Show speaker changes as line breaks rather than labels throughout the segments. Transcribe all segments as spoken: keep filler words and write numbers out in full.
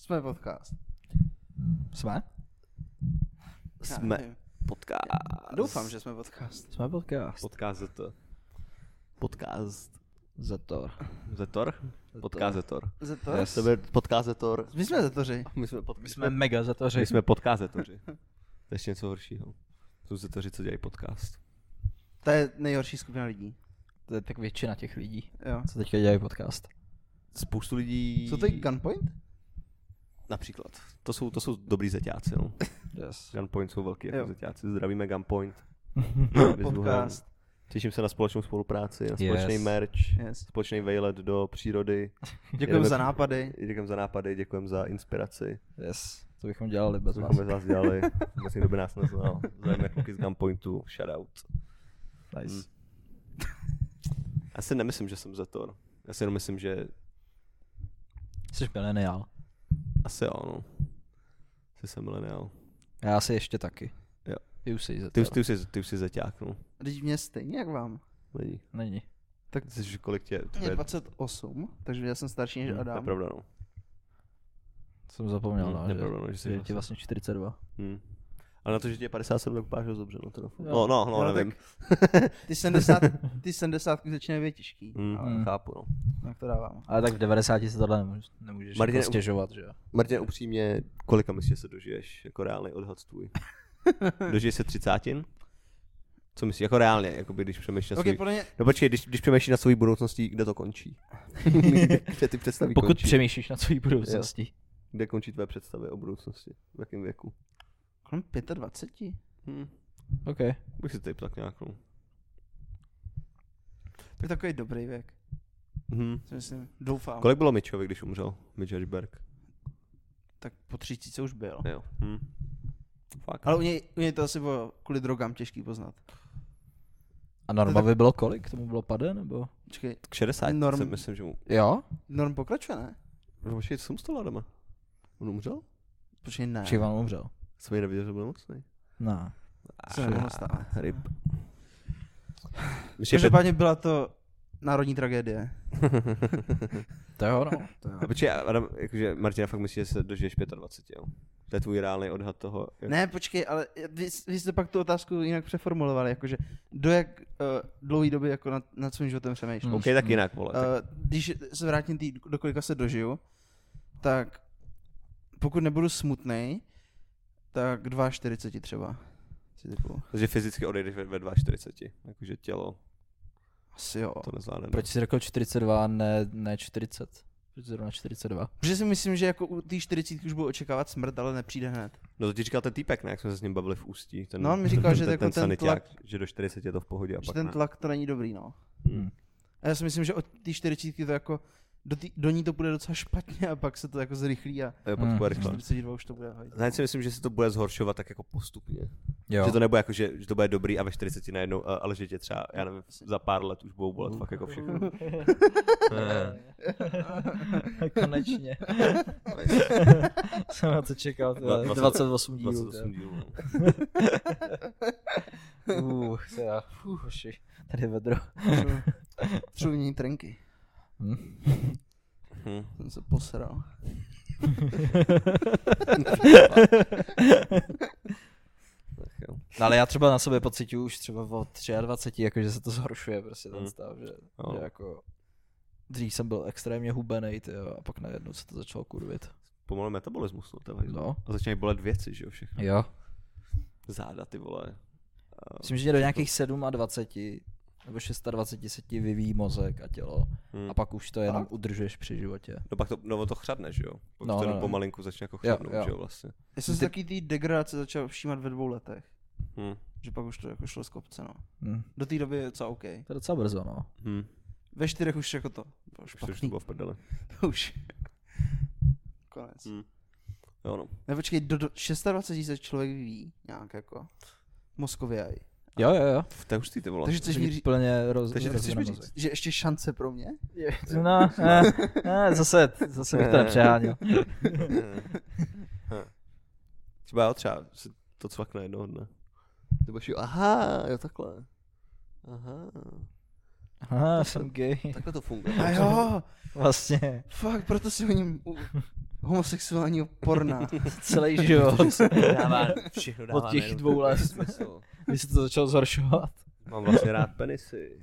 Jsme podcast.
Jsme?
Jsme podcast.
Doufám, že jsme podcast.
Jsme podcast.
Podcast Zetor. Podcast
Zetor.
Zetor? Podcast Zetor.
Zetor?
Yes.
To byl podcast Zetor.
My jsme Zetoři.
My jsme, pod...
My jsme mega zetoři.
My jsme podcast Zetoři. To je ještě něco horšího. Jsou Zetoři, co dělají podcast.
To je nejhorší skupina lidí.
To je tak většina těch lidí,
Jo.
co teďka dělají podcast.
Spoustu lidí...
Co to je Gunpoint?
Například. To jsou, to jsou dobrý zeťáci, no.
Yes.
Gunpoint jsou velký jako
Jo.
zeťáci. Zdravíme Gunpoint.
Podcast.
Těším se na společnou spolupráci, na
Yes.
společný merch,
Yes.
společný vejlet do přírody.
Děkujeme
Jedeme-
za nápady.
Děkujeme za nápady, děkujeme za inspiraci.
Yes. To bychom dělali bez
Co
vás.
bychom bez vás dělali. Vlastně kdo by nás neznal. Zdravíme kluky z Gunpointu. Shoutout.
Nice.
Hmm. Já si nemyslím, že jsem Zetor. Já si jenom myslím, že
Jsi mileniál.
asi jo, no. Asi jsem mileniál.
Já asi ještě taky.
Jo.
Ty už jsi
Ty,
zetor.
už- ty, už jsi, ty už jsi zeťák, no.
Teď mě stejně jak vám.
Není.
Není.
Tak
Ty jsi, kolik tě...
mě je dvacet osm, takže já jsem starší než
Hm, to je
Adam.
pravda, no.
Jsem zapomněl,
Hm,
no,
to je
že,
pravda, no, že jsi
že je ti
vlastně-
vlastně čtyřicet dva.
Hm. Ale na to, že tě je padesát sedm, tak vypadáš dost dobře na telefonu.
Jo.
No, no, no,
Jo,
nevím.
Ty sedmdesát, ty sedmdesátky začínají být těžký.
Hm,
Ale
Mm.
chápu, no.
jak to dávám?
Ale tak v devadesáti se tohle nemůžeš, nemůžeš
Martin,
jako stěžovat, že jo?
Martin, upřímně, kolika myslíš, že se dožiješ? Jako reálný odhad tvůj. Dožiješ se třicátin? Co myslíš? Jako reálně, jako když přemýšlíš na
Ok,
svůj...
podle mě,
No počkej, když, když přemýšlíš na svou budoucností, kde to končí? Kde ty představy
Pokud
končí?
přemýšlíš na svojí budoucnosti.
Kde končí tvé představy o budoucnosti? V jakém věku?
kolem dvacet pět.
Hm.
OK.
Bych si typ tak nějak, no.
To je takový dobrý věk.
Hm.
Si myslím, doufám.
Kolik bylo Mitchovi, když umřel? Mitch Hedberg.
Tak po třicítce už byl.
Jo. Hm. Fakt.
Ale u něj, u něj to asi bylo kvůli drogám těžký poznat.
A Norma
tak-
by bylo kolik? Tomu bylo pade, nebo?
Počkej,
K šedesát
Norm-
si myslím, že mu...
Jo?
Norm pokračuje, ne?
No počkej, co mu stalo, Adama? On umřel?
Počkej, ne.
Či vám umřel?
Jsem ji neviděl, že byl nemocný.
No.
Se nemohlo stát.
Ryb. Myslím, že...
Každopádně byla to národní tragédie.
To jo, no. To jo.
A počkej, Adam, jakože Martina fakt myslí, že se dožiješ dvacet pět, jo? To je tvůj reálný odhad toho, jak...
Ne, počkej, ale vy, vy jste pak tu otázku jinak přeformulovali, jakože do jak uh, dlouhý doby jako nad, nad svým životem přemýšlím.
Hmm.
OK, tak jinak, vole. Tak...
Uh, když se vrátím tý, do kolika se dožiju, tak pokud nebudu smutnej, tak čtyřicet dva třeba. Si typu.
Takže fyzicky odejdeš ve, ve čtyřicet dva, jakože tělo
Asi jo.
to nezvládne.
Proč jsi řekl čtyřicet dva, ne, ne čtyřicet? Proč jsi zrovna čtyřicet dva?
Protože si myslím, že jako u té čtyřicítky už budu očekávat smrt, ale nepřijde hned.
No to ti říkal ten týpek, ne, jak jsme se s ním bavili v Ústí. Ten,
No, on mi říkal, že
ten,
jako
ten,
ten
saniták,
tlak-
že do čtyřiceti je to v pohodě a
Že
pak
ten
ne.
tlak to není dobrý, no.
Hmm.
A já si myslím, že od té čtyřicítky to jako do, tý, do ní to bude docela špatně a pak se to jako zrychlí a
A jo, pak
Hmm.
to bude rychle.
čtyřicet dva už to bude hajt.
Já si myslím, že se to bude zhoršovat tak jako postupně.
Jo.
Že to nebude jako, že, že to bude dobrý a ve čtyřiceti najednou, a- ale že tě třeba, já nevím, za pár let už budou bolet fakt jako všechno.
Konečně. Jsem na to čekal,
Dva-
tyhle.
dvacet-
dvacet osm dílů.
dvacet osm dílů, no.
Uh, teda, uh, hoši, tady je vedro.
Třuvní trenky.
Hm?
Hm.
Jsem se posral.
Tak jo.
No, ale já třeba na sobě pocituju už třeba od dvacet tři, jakože se to zhoršuje prostě ten
Hmm.
stav, že,
No.
že jako dřív jsem byl extrémně hubenej, tyjo, a pak najednou se to začalo kurvit.
Pomalu metabolismus, no, to je
No.
A začínají bolet věci, že jo, všechno.
Jo.
Záda, ty vole. A
Myslím, že do nějakých dvacet sedm nebo dvacet šest se ti vyvíjí mozek a tělo
hm.
a pak už to jenom
Fakt?
udržuješ při životě.
No pak to, no to chřadne, že jo. Pak
No,
to jenom
no.
pomalinku začne jako
Jo,
chřadnout,
jo.
že jo, vlastně.
Já jsem si taky té degradace začal všímat ve dvou letech.
Hm.
Že pak už to jako šlo z kopce, no.
Hm.
Do té doby je docela OK.
To je docela brzo, no.
Hm.
Ve čtyřech už jako to. Bylo
Už to už to
špatný.
bylo v prdeli.
To už. Konec.
Hm. Jo no.
Ne, počkej, do, do dvacet šest se člověk vyvíjí nějak jako mozkově aj.
Jo, jo, jo.
To je hustý, ty vole.
Takže chceš mi říct,
Plně roz,
Takže ty chceš
rozvine
mi
mozek.
že ještě šance pro mě?
No, ne, ne, zase, zase bych to nepřeháněl.
Třeba jo, třeba si to cvakne jednoho dne. Ty budeš jo, aha, jo takhle. Aha.
Aha, jsem gay.
Takhle to funguje.
A jo,
Vlastně.
fakt, proto si o něm u, homosexuálního porna.
Celý život.
Dává, všechno dává
Od těch
najednou
dvou let.
smysl.
Když se to začalo zhoršovat.
Mám vlastně rád penisy.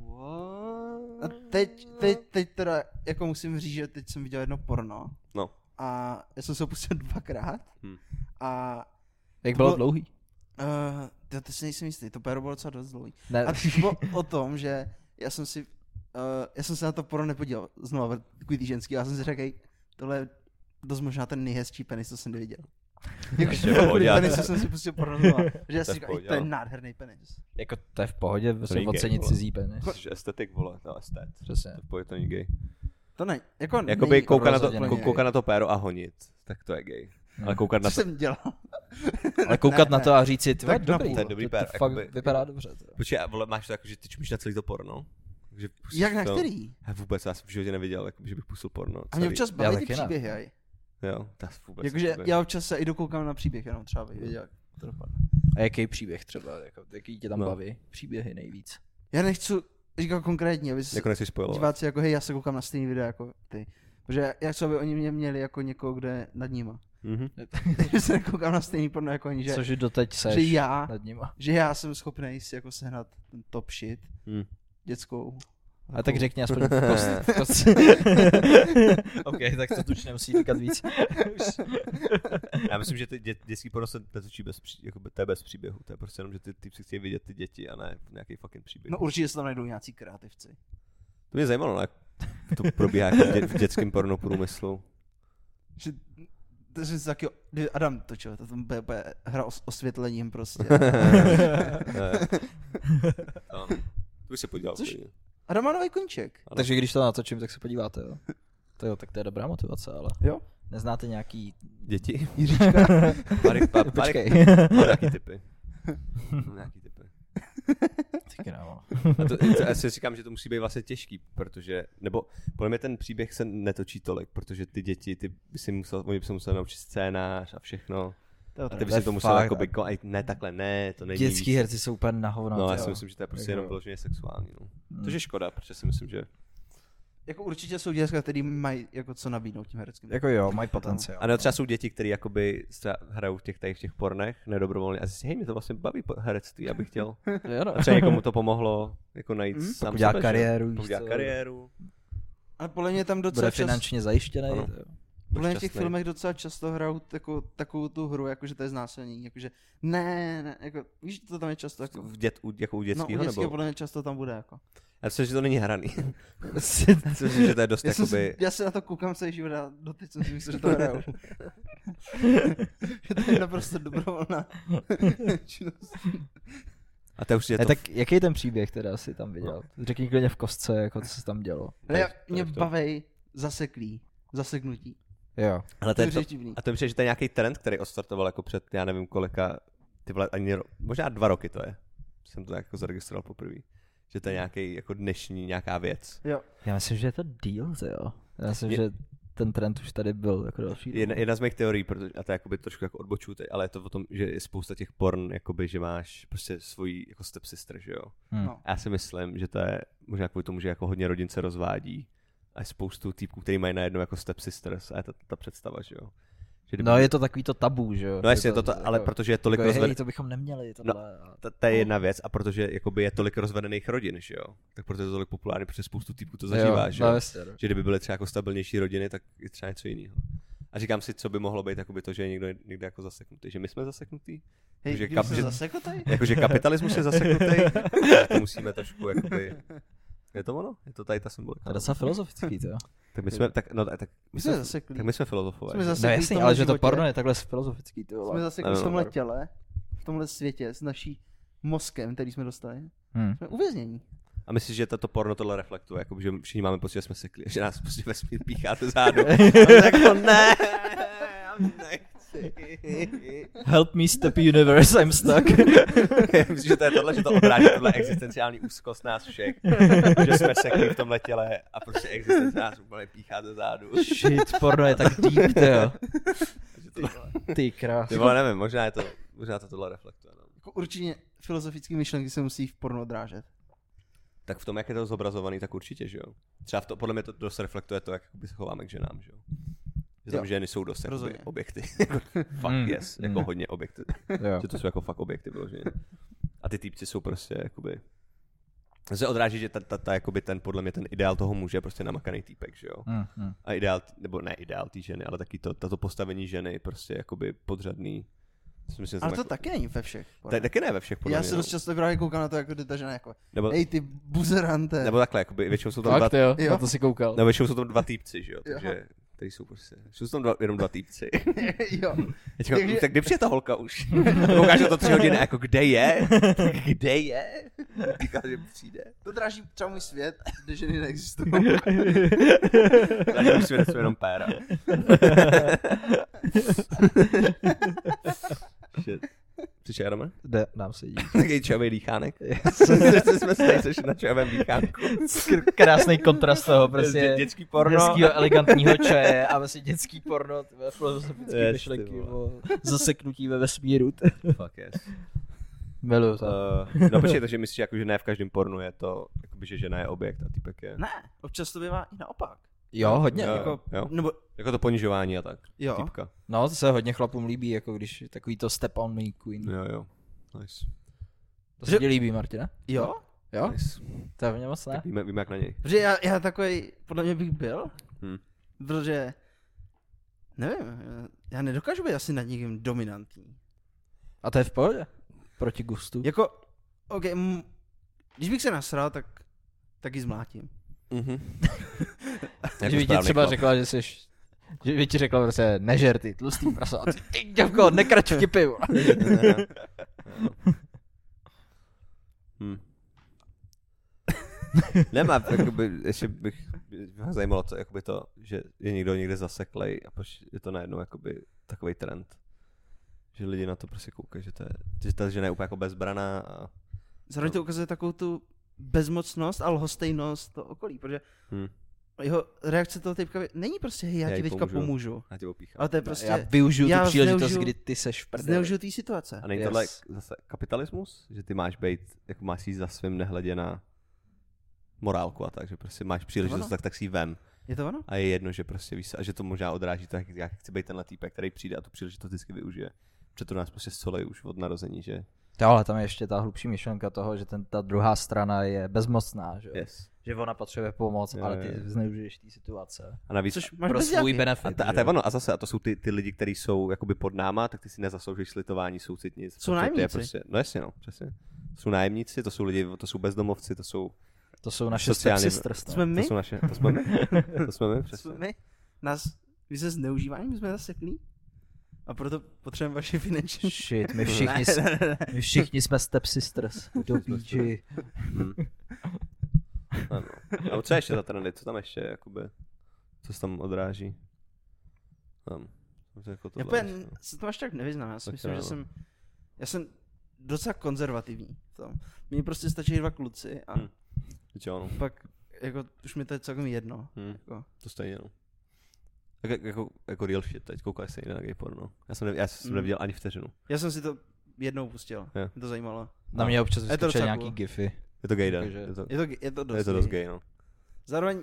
A teď, teď, teď teda, jako musím říct, že teď jsem viděl jedno porno.
No.
A já jsem se ho pustil dvakrát.
Hm.
A
Jak bylo
Bylo-
dlouhý?
uh, to teď si nejsem jistý, to péro bylo docela dost dlouhý.
Ne.
A to bylo o tom, že já jsem si, uh, já jsem se na to porno nepodíval znova, takový ty ženský, já jsem si řekl, tohle je dost možná ten nejhezčí penis, co jsem kdy viděl. Jakože
To je v pohodě.
penis, co jsem si pustil porno znova. Že já
To je
si
v
říkal,
pohodě,
to je
jo.
nádherný penis.
Jako to je v pohodě, prostě
není gay,
ocenit
vole.
cizí penis.
Jsi estetik, vole, no estet.
Přesně.
To v pohodě, to není gay.
To ne, jako
Jakoby
není
koukat na, to,
rozhodně
kou-
není
koukat na to péro a honit, tak to je gay.
No.
Ale koukat na
Co
to,
jsem dělal?
Ale koukat
Ne,
na to
ne.
a říct si, ty vole,
Tak
dobrý,
napůl.
To je dobrý
to,
pér,
to fakt
jakoby-
vypadá dobře. To.
počkej, a vole, máš to jako, že ty čumíš na celý to porno? Takže pustíš
Jak na
to-
který?
Já vůbec, já jsem v životě neviděl, jako, že bych pustil porno.
A mě
celý.
občas
Já
baví ty
taky ne.
příběhy, aj.
Jo, to je vůbec.
Jakože
jakoby-
já občas se i dokoukám na příběh, jenom třeba bych věděl, jak to dopadne.
A jaký příběh třeba, jako, jaký tě tam
No.
baví? Příběhy nejvíc.
Já nechci říkat konkrétně, aby se
Jako nechci spojovat.
diváci jako, hej, já se koukám na stejný video jako ty. Protože já chci, aby oni mě měli jako někoho, kde je nad nima.
Mhm.
Takže se nekoukám na stejný porno jako oni, že,
Což doteď seš
že já,
nad nima.
že já jsem schopný si jako sehnat ten top shit
Hm.
dětskou.
A tak řekni aspoň v kost. V kost. OK, tak to tu už nemusí říkat víc.
Já myslím, že ty dě, dětský porno se netočí bez, pří, jako, to je bez příběhu. To je prostě jenom, že ty typci chtějí vidět ty děti a ne nějaký fucking příběh.
No určitě se tam najdou nějací kreativci.
To mě zajímalo, no, jak to probíhá jako v, dě, v dětském porno průmyslu.
Že, to je taky, kdy Adam točil, to tam bude, bude hra o s- osvětlením prostě.
Ne. No, to bych se podíval.
Což-
klidně.
Adam má nový koníček.
Ano.
Takže když to natočím, tak se podíváte, jo. To jo, tak to je dobrá motivace, ale
Jo?
neznáte nějaký...
Děti?
Jiříčka.
Pary, pa, pary,
Počkej.
mám nějaký typy. Mám nějaký typy.
Ty krávo.
A to, to, já si říkám, že to musí být vlastně těžký, protože, nebo podle mě ten příběh se netočí tolik, protože ty děti, ty by si musel, oni by se museli naučit scénář a všechno.
To je
A ty by
To je
si to musel
fakt-
jako by, ne takhle, ne, to není
Dětský
víc.
herci jsou úplně na hovno.
No, já
ty
si
jo.
myslím, že to je prostě
Jako-
jenom vyloženě sexuální, no.
Hmm.
Což je škoda, protože si myslím, že...
Jako určitě jsou děcka, který mají jako co nabídnout tím hereckým.
Jako jo, mají potenciál.
A nebo třeba jsou děti, které jakoby třeba hrajou v těch, tady v těch pornech nedobrovolně a zjistí, hej, mě to vlastně baví po- herectví, já bych chtěl.
Jo, no.
A třeba někomu to pomohlo jako najít
Mm.
sám
Pokud dělá
sebe, že?
kariéru, víš
Pokud dělá
co.
kariéru.
Ale podle mě tam docela
Bude
čas,
finančně zajištěný.
Ano.
to jo.
podle mě v těch
šťastnej.
filmech docela často hrajou takovou, takovou tu hru, jakože to je znásilnění, jakože ne, ne, jako, víš, to tam je často jako,
V dět, u, jako u
no u
dětského,
dětského
nebo?
podle mě často tam bude jako.
Já myslím, že to není hraný. Myslím, že to je dost
Já, jsem
jakoby...
si, já se na to koukám celý život a doteď jsem si myslel, že to hrajou. Že to je naprosto dobrovolná činnost.
A to už je
Ne,
to...
tak jaký je ten příběh teda si tam viděl? Řekni klidně v kostce, jako co se tam dělo.
Ale já,
to je
mě
v tom.
bavej zaseklý, zaseknutí.
Jo.
Ale to
To
je
je
to,
divný.
a to mi přijde, že to je nějaký trend, který odstartoval jako před, já nevím kolika, ty vole, ani, ro- možná dva roky to je. Jsem to jako zaregistroval poprvé. Že to je nějaký jako dnešní nějaká věc.
Jo.
Já myslím, že je to deal, jo. Já myslím,
Je-
že ten trend už tady byl jako další.
Jedna, jedna z mých teorií, protože, a to je jakoby trošku jako odbočuju teď, ale je to o tom, že je spousta těch porn, jakoby, že máš prostě svoji jako stepsister, že jo.
Hmm.
No.
A já si myslím, že to je možná kvůli tomu, že jako hodně rodin se rozvádí a je spoustu týpků, který mají najednou jako stepsisters a je to ta představa, že jo. Že kdyby-
No je to takový to tabu, že jo.
no jasně,
Je
to, to, ale
jako-
protože je tolik
jako,
rozvedených,
hej, to bychom neměli, tohle. a-
to, to je jedna věc a protože jakoby je tolik rozvedených rodin, že jo. Tak proto je to tolik populární, protože spoustu týpků to zažívá,
jo,
že
no,
jo.
jasně, no.
Že kdyby byly třeba jako stabilnější rodiny, tak je třeba něco jiného. A říkám si, co by mohlo být jakoby to, že je někdo někde jako zaseknutý. Že my jsme zaseknutý?
Hej,
Že
že
kap-
kap,
že-
zaseko tady?
Jakože kapitalismus je zaseknutý? To musíme trošku jakoby... Je to ono? Je to tady ta
To
symbolika?
je docela filozofický, to jo.
Tak my jsme, tak, no, tak, my
My jsme
jsme,
zaseklí.
tak my jsme filozofové.
Jsme
že?
zase-
No
v
jasně,
tomhle
ale že to
životě-
porno je takhle filozofický, ty
Jsme
vole.
zase
Ano,
v tomhle
ano.
těle, v tomhle světě s naší mozkem, který jsme dostali.
Hmm.
Jsme uvěznění.
A myslíš, že tato porno tohle reflektuje, jako, že všichni máme pocit, že jsme sekli, že nás prostě vesmír píchá do zádu. Tak to ne, já nechci.
Help me step universe, I'm stuck.
Myslím, že to je tohle, že to odráží tohle existenciální úzkost nás všech. Že jsme sekli v tomhle těle a prostě existence nás úplně píchá do zádu.
Shit, porno je tak deep, to jo.
Že to-
Ty krás.
Ty vole, nevím, možná, je to, možná to tohle reflektuje. No.
Jako určitě filozofické myšlenky se musí v porno odrážet.
Tak v tom, jak je to zobrazovaný, tak určitě, že jo. Třeba v to, podle mě to dost reflektuje to, jak jakoby se chováme k ženám, že jo. Že tam
Jo.
ženy jsou dost jakoby,
Rozhodně.
objekty. Fakt
Mm,
yes,
mm.
jako hodně objekty.
Jo.
Že to jsou jako fakt objekty vyloženě. A ty týpci jsou prostě jakoby... Se odráží, že ta, ta, ta, jakoby ten, podle mě ten ideál toho muže je prostě namakaný týpek, že jo.
Mm, mm.
A ideál, nebo ne ideál té ženy, ale taky to, tato postavení ženy prostě jakoby podřadný. Myslím, že
Ale
jsem
to
jako,
taky není ve všech.
ta, taky ne ve všech, podle
Já
mě,
se
no.
dost často právě koukám na to, jako ty ta žena jako,
Nebo,
hej ty buzerante.
nebo takhle, jakoby, většinou jsou tam
Fakt
dva,
jo,
Jo.
na to si koukal.
nebo většinou jsou tam dva týpci, že jo,
Jo.
takže, který jsou prostě, jsou tam dva, jenom dva týpci.
Jo.
Já říkám,
Takže-
tak kdy přijde ta holka už? A koukáš na to tři hodiny, jako kde je? Kde je? Říká, že přijde.
To dráží třeba můj svět, kde ženy neexistují.
Takže musíme dát jenom péra. Shit. Přišel Adame?
Jde, dám si dík.
Takový čajový dýchánek. Jsme se tady sešli na čajovém dýchánku.
Krásný kontrast toho, prostě
Dě- dětský porno.
hezkýho, elegantního čaje a vlastně dětský porno, tvé filozofické
Yes,
myšlenky
ty
o zaseknutí ve vesmíru.
Fuck yes.
Miluju to.
Uh, no počkej, takže myslíš, jako, že ne v každém pornu je to, jakoby, že žena je objekt a týpek je...
Ne, občas to bývá i naopak.
Jo, hodně.
Jo,
Jako,
jo.
nebo,
Jako to ponižování a tak.
jo.
Týpka.
No, to se hodně chlapům líbí, jako když takový to step on me queen.
Jo, jo. Nice.
To se ti líbí, Martina?
Jo?
Jo?
Nice.
To je v něm moc ne?
Tak víme, víme, jak na něj.
Protože já, já takový, podle mě bych byl,
Hm.
protože, nevím, já nedokážu být asi nad někým dominantní.
A to je v pohodě? Proti gustu?
Jako, ok, m- když bych se nasral, tak, tak ji zmlátím.
Mhm.
Že by ti třeba řekla, že jsi... Že by ti řekla prostě, nežer ty tlustý prasa. A ty, ty děvko, nekrač vtipy. vole.
Hm. Nemá, jakoby, ještě bych mě zajímalo, co, jakoby to, že je někdo někde zaseklej a proč je to najednou jakoby takovej trend. Že lidi na to prostě koukají, že, to je, že ta žena je úplně jako bezbraná a...
Zároveň to ukazuje takovou tu bezmocnost a lhostejnost to okolí, protože
Hm.
jeho reakce toho typka není prostě, hej, já,
Já
ti
jí
teďka
pomůžu.
pomůžu.
Já tě opíchám.
Ale to je prostě,
Já využiju
já
tu příležitost,
zneužiju-
kdy ty seš v prdeli.
zneužiju té situace.
A není
Yes.
tohle zase kapitalismus? Že ty máš být, jako máš jít za svým nehledě na morálku a tak, že prostě máš příležitost,
ono.
tak, tak si ji vem.
Je to ono?
A je jedno, že prostě víš, a že to možná odráží to, jak já chci být tenhle týpek, který přijde a tu příležitost vždycky využije. Protože to nás prostě solej už od narození, že?
To, ale tam je ještě ta hlubší myšlenka toho, že ten, ta druhá strana je bezmocná, že, jo?
Yes.
Že ona potřebuje pomoc,
Jo,
ale
jo.
ty zneužiješ té situace.
A navíc,
Což máš
Pro
bez
svůj
nějaký.
benefit.
a, ta, a to je ono, a zase, a to jsou ty, ty lidi, kteří jsou jakoby pod náma, tak ty si nezasloužíš slitování, soucit nic.
Jsou
protože ty je
nájemníci.
Prostě, no jasně, no, přesně. Jsou nájemníci, to jsou lidi, to jsou bezdomovci, to jsou,
To jsou naše
Sociální-
stepsisters.
To jsme my?
to jsou naše, to jsme my, to jsme my,
To
přesně.
jsme my? Nás, vy se zneužívání, my jsme zaseklí? A proto potřebujeme vaše finanční...
Shit, my všichni,
Ne, ne, ne.
my všichni jsme stepsisters. Do píči.
Hm. Ano. A co ještě za trendy, co tam ještě, jakoby, co se tam odráží? Tam. To jako
Já
tohle,
úplně
no.
se to až tak nevyznám, já si
Tak
myslím,
jo,
že
no.
jsem, já jsem docela konzervativní v tom. Mně prostě stačí dva kluci a
Hm. Víš jo, no.
pak jako už mi to je celkem jedno.
Hm.
Jako.
To stejně, no. Tak jak- jako, jako real shit, teď koukáš se někde na gay porno. Já jsem, ne, já jsem
Mm.
neviděl ani vteřinu.
Já jsem si to jednou pustil,
Jo.
mě to zajímalo.
Na mě občas
Je to
vyskočí
docela
nějaký
cool.
gify.
Je to gay, ne?
Takže-
Je to,
Je to, je to dost,
je to dost
gay.
gay, no.
Zároveň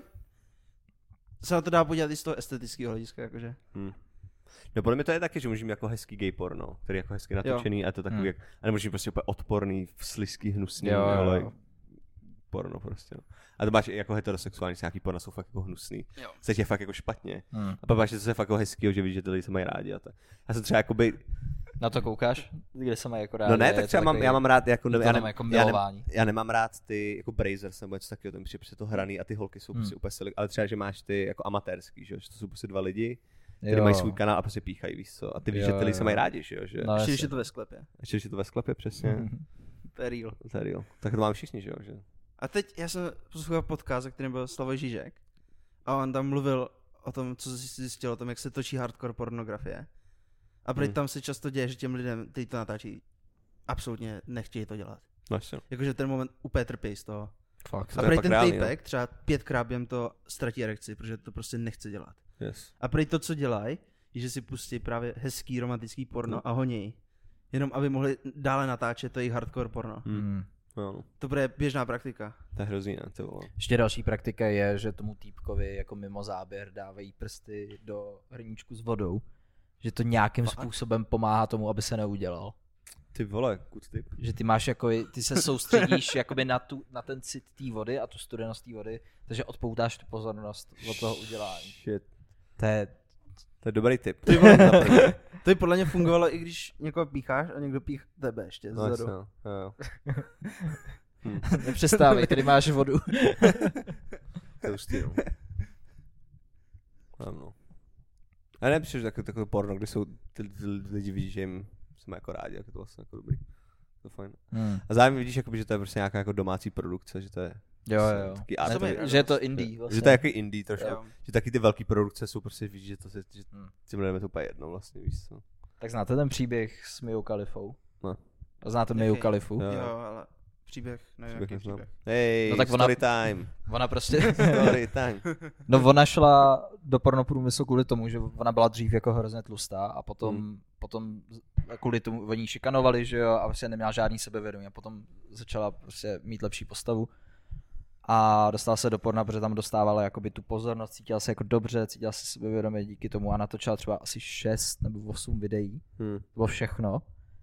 se na to dá podívat i z toho estetického hlediska, jakože.
Hm. No podle mě to je taky, že můžeme jako hezký gay porno, který je jako hezky natočený a je to takový,
Hmm.
jak, a nebo můžeme prostě úplně odporný, slizký, hnusný,
Jo, jo,
ale
jo.
porno prostě, no. A to máš i jako heterosexuální, že nějaký porno jsou fakt jako hnusný.
Jo.
Se je fakt jako špatně.
Hmm.
A pak máš, že to je fakt jako hezký, že víš, že ty lidi se mají rádi a tak. Já jsem třeba jakoby,
Na to koukáš? Kde se mají jako rádi?
no ne,
je
tak
to
třeba mám,
takový-
já mám rád, jako,
je to
já,
tam
ne,
jako
já, ne,
milování.
já nemám rád ty jako Brazers nebo něco takového, ten přijde prostě to hraný a ty holky jsou
Hmm.
prostě úplně silik, ale třeba, že máš ty jako amatérský, že, jo, že to jsou prostě dva lidi, kteří
Jo.
mají svůj kanál a prostě píchají, víš co, a ty víš,
Jo,
že ty lidi se
jo.
mají rádi, že jo, že,
No,
Ještě
jasně.
když je to ve sklepě.
ještě když je to ve sklepě, přesně,
To je real.
to je real. Tak to máme všichni, že jo, že.
A teď já jsem poslouchal podcast, za kterým byl Slavoj Žižek a on tam mluvil o tom, co si zjistil, o tom, jak se točí hardcore pornografie. A prý
Hmm.
tam se často děje, že těm lidem, kteří to natáčí, absolutně nechtějí to dělat.
No jasně.
Jakože ten moment úplně trpí z toho.
Fakt.
To
A
je
prý
fakt
ten
reálný,
týpek třeba pětkrát během to ztratí erekci, protože to prostě nechce dělat.
Yes.
A prý to, co dělají, je, že si pustí právě hezký romantický porno
No.
a honí. Jenom aby mohli dále natáčet to jejich hardcore porno.
Hmm.
Hmm.
No, no.
To bude běžná praktika.
To je hrozný, ne? To bylo.
Ještě další praktika je, že tomu týpkovi jako mimo záběr dávají prsty do hrníčku s vodou. Že to nějakým
Fakt?
způsobem pomáhá tomu, aby se neudělal.
Ty vole, good tip.
Že ty máš jako, ty se soustředíš jakoby na, tu, na ten cit té vody a tu studenost té vody, takže odpoutáš tu pozornost od toho udělání.
Shit.
To je...
To je dobrý tip.
Ty vole, to by podle mě fungovalo, i když někoho pícháš a někdo pích tebe ještě
No,
zadu.
no, jo. Hm.
Nepřestávej, tady máš vodu.
To je hustý, no. Ano. A ne, přišlo takové, takové porno, kde jsou ty, ty lidi vidí, že jim jsme jako rádi, jako to vlastně jako dobrý. To je fajn.
Hmm.
A zároveň vidíš, jakoby, že to je prostě nějaká jako domácí produkce, že to je
Jo, jo.
taky
A to
artový.
mi-
Že je to indie vlastně.
Že to je jako indie trošku.
Jo.
Že taky ty velké produkce jsou prostě, víš, že to se, že
Hmm.
těm lidem je to úplně jedno vlastně, víš co.
Tak znáte ten příběh s Miou Khalifou?
No.
A znáte Miu
Jaký?
Khalifu?
Jo.
Jo, ale příběh, nevím,
Příběh
jaký
neznám.
příběh.
Hej,
No tak ona-
story time.
Ona prostě...
Story time.
No ona šla do pornoprůmyslu kvůli tomu, že ona byla dřív jako hrozně tlustá a potom,
Hmm.
potom kvůli tomu oni ji šikanovali, že jo, a prostě neměla žádný sebevědomí a potom začala prostě mít lepší postavu a dostala se do porna, protože tam dostávala jakoby tu pozornost, cítila se jako dobře, cítila se sebevědomě díky tomu a natočila třeba asi šest nebo osm videí,
Hmm.
to bylo všechno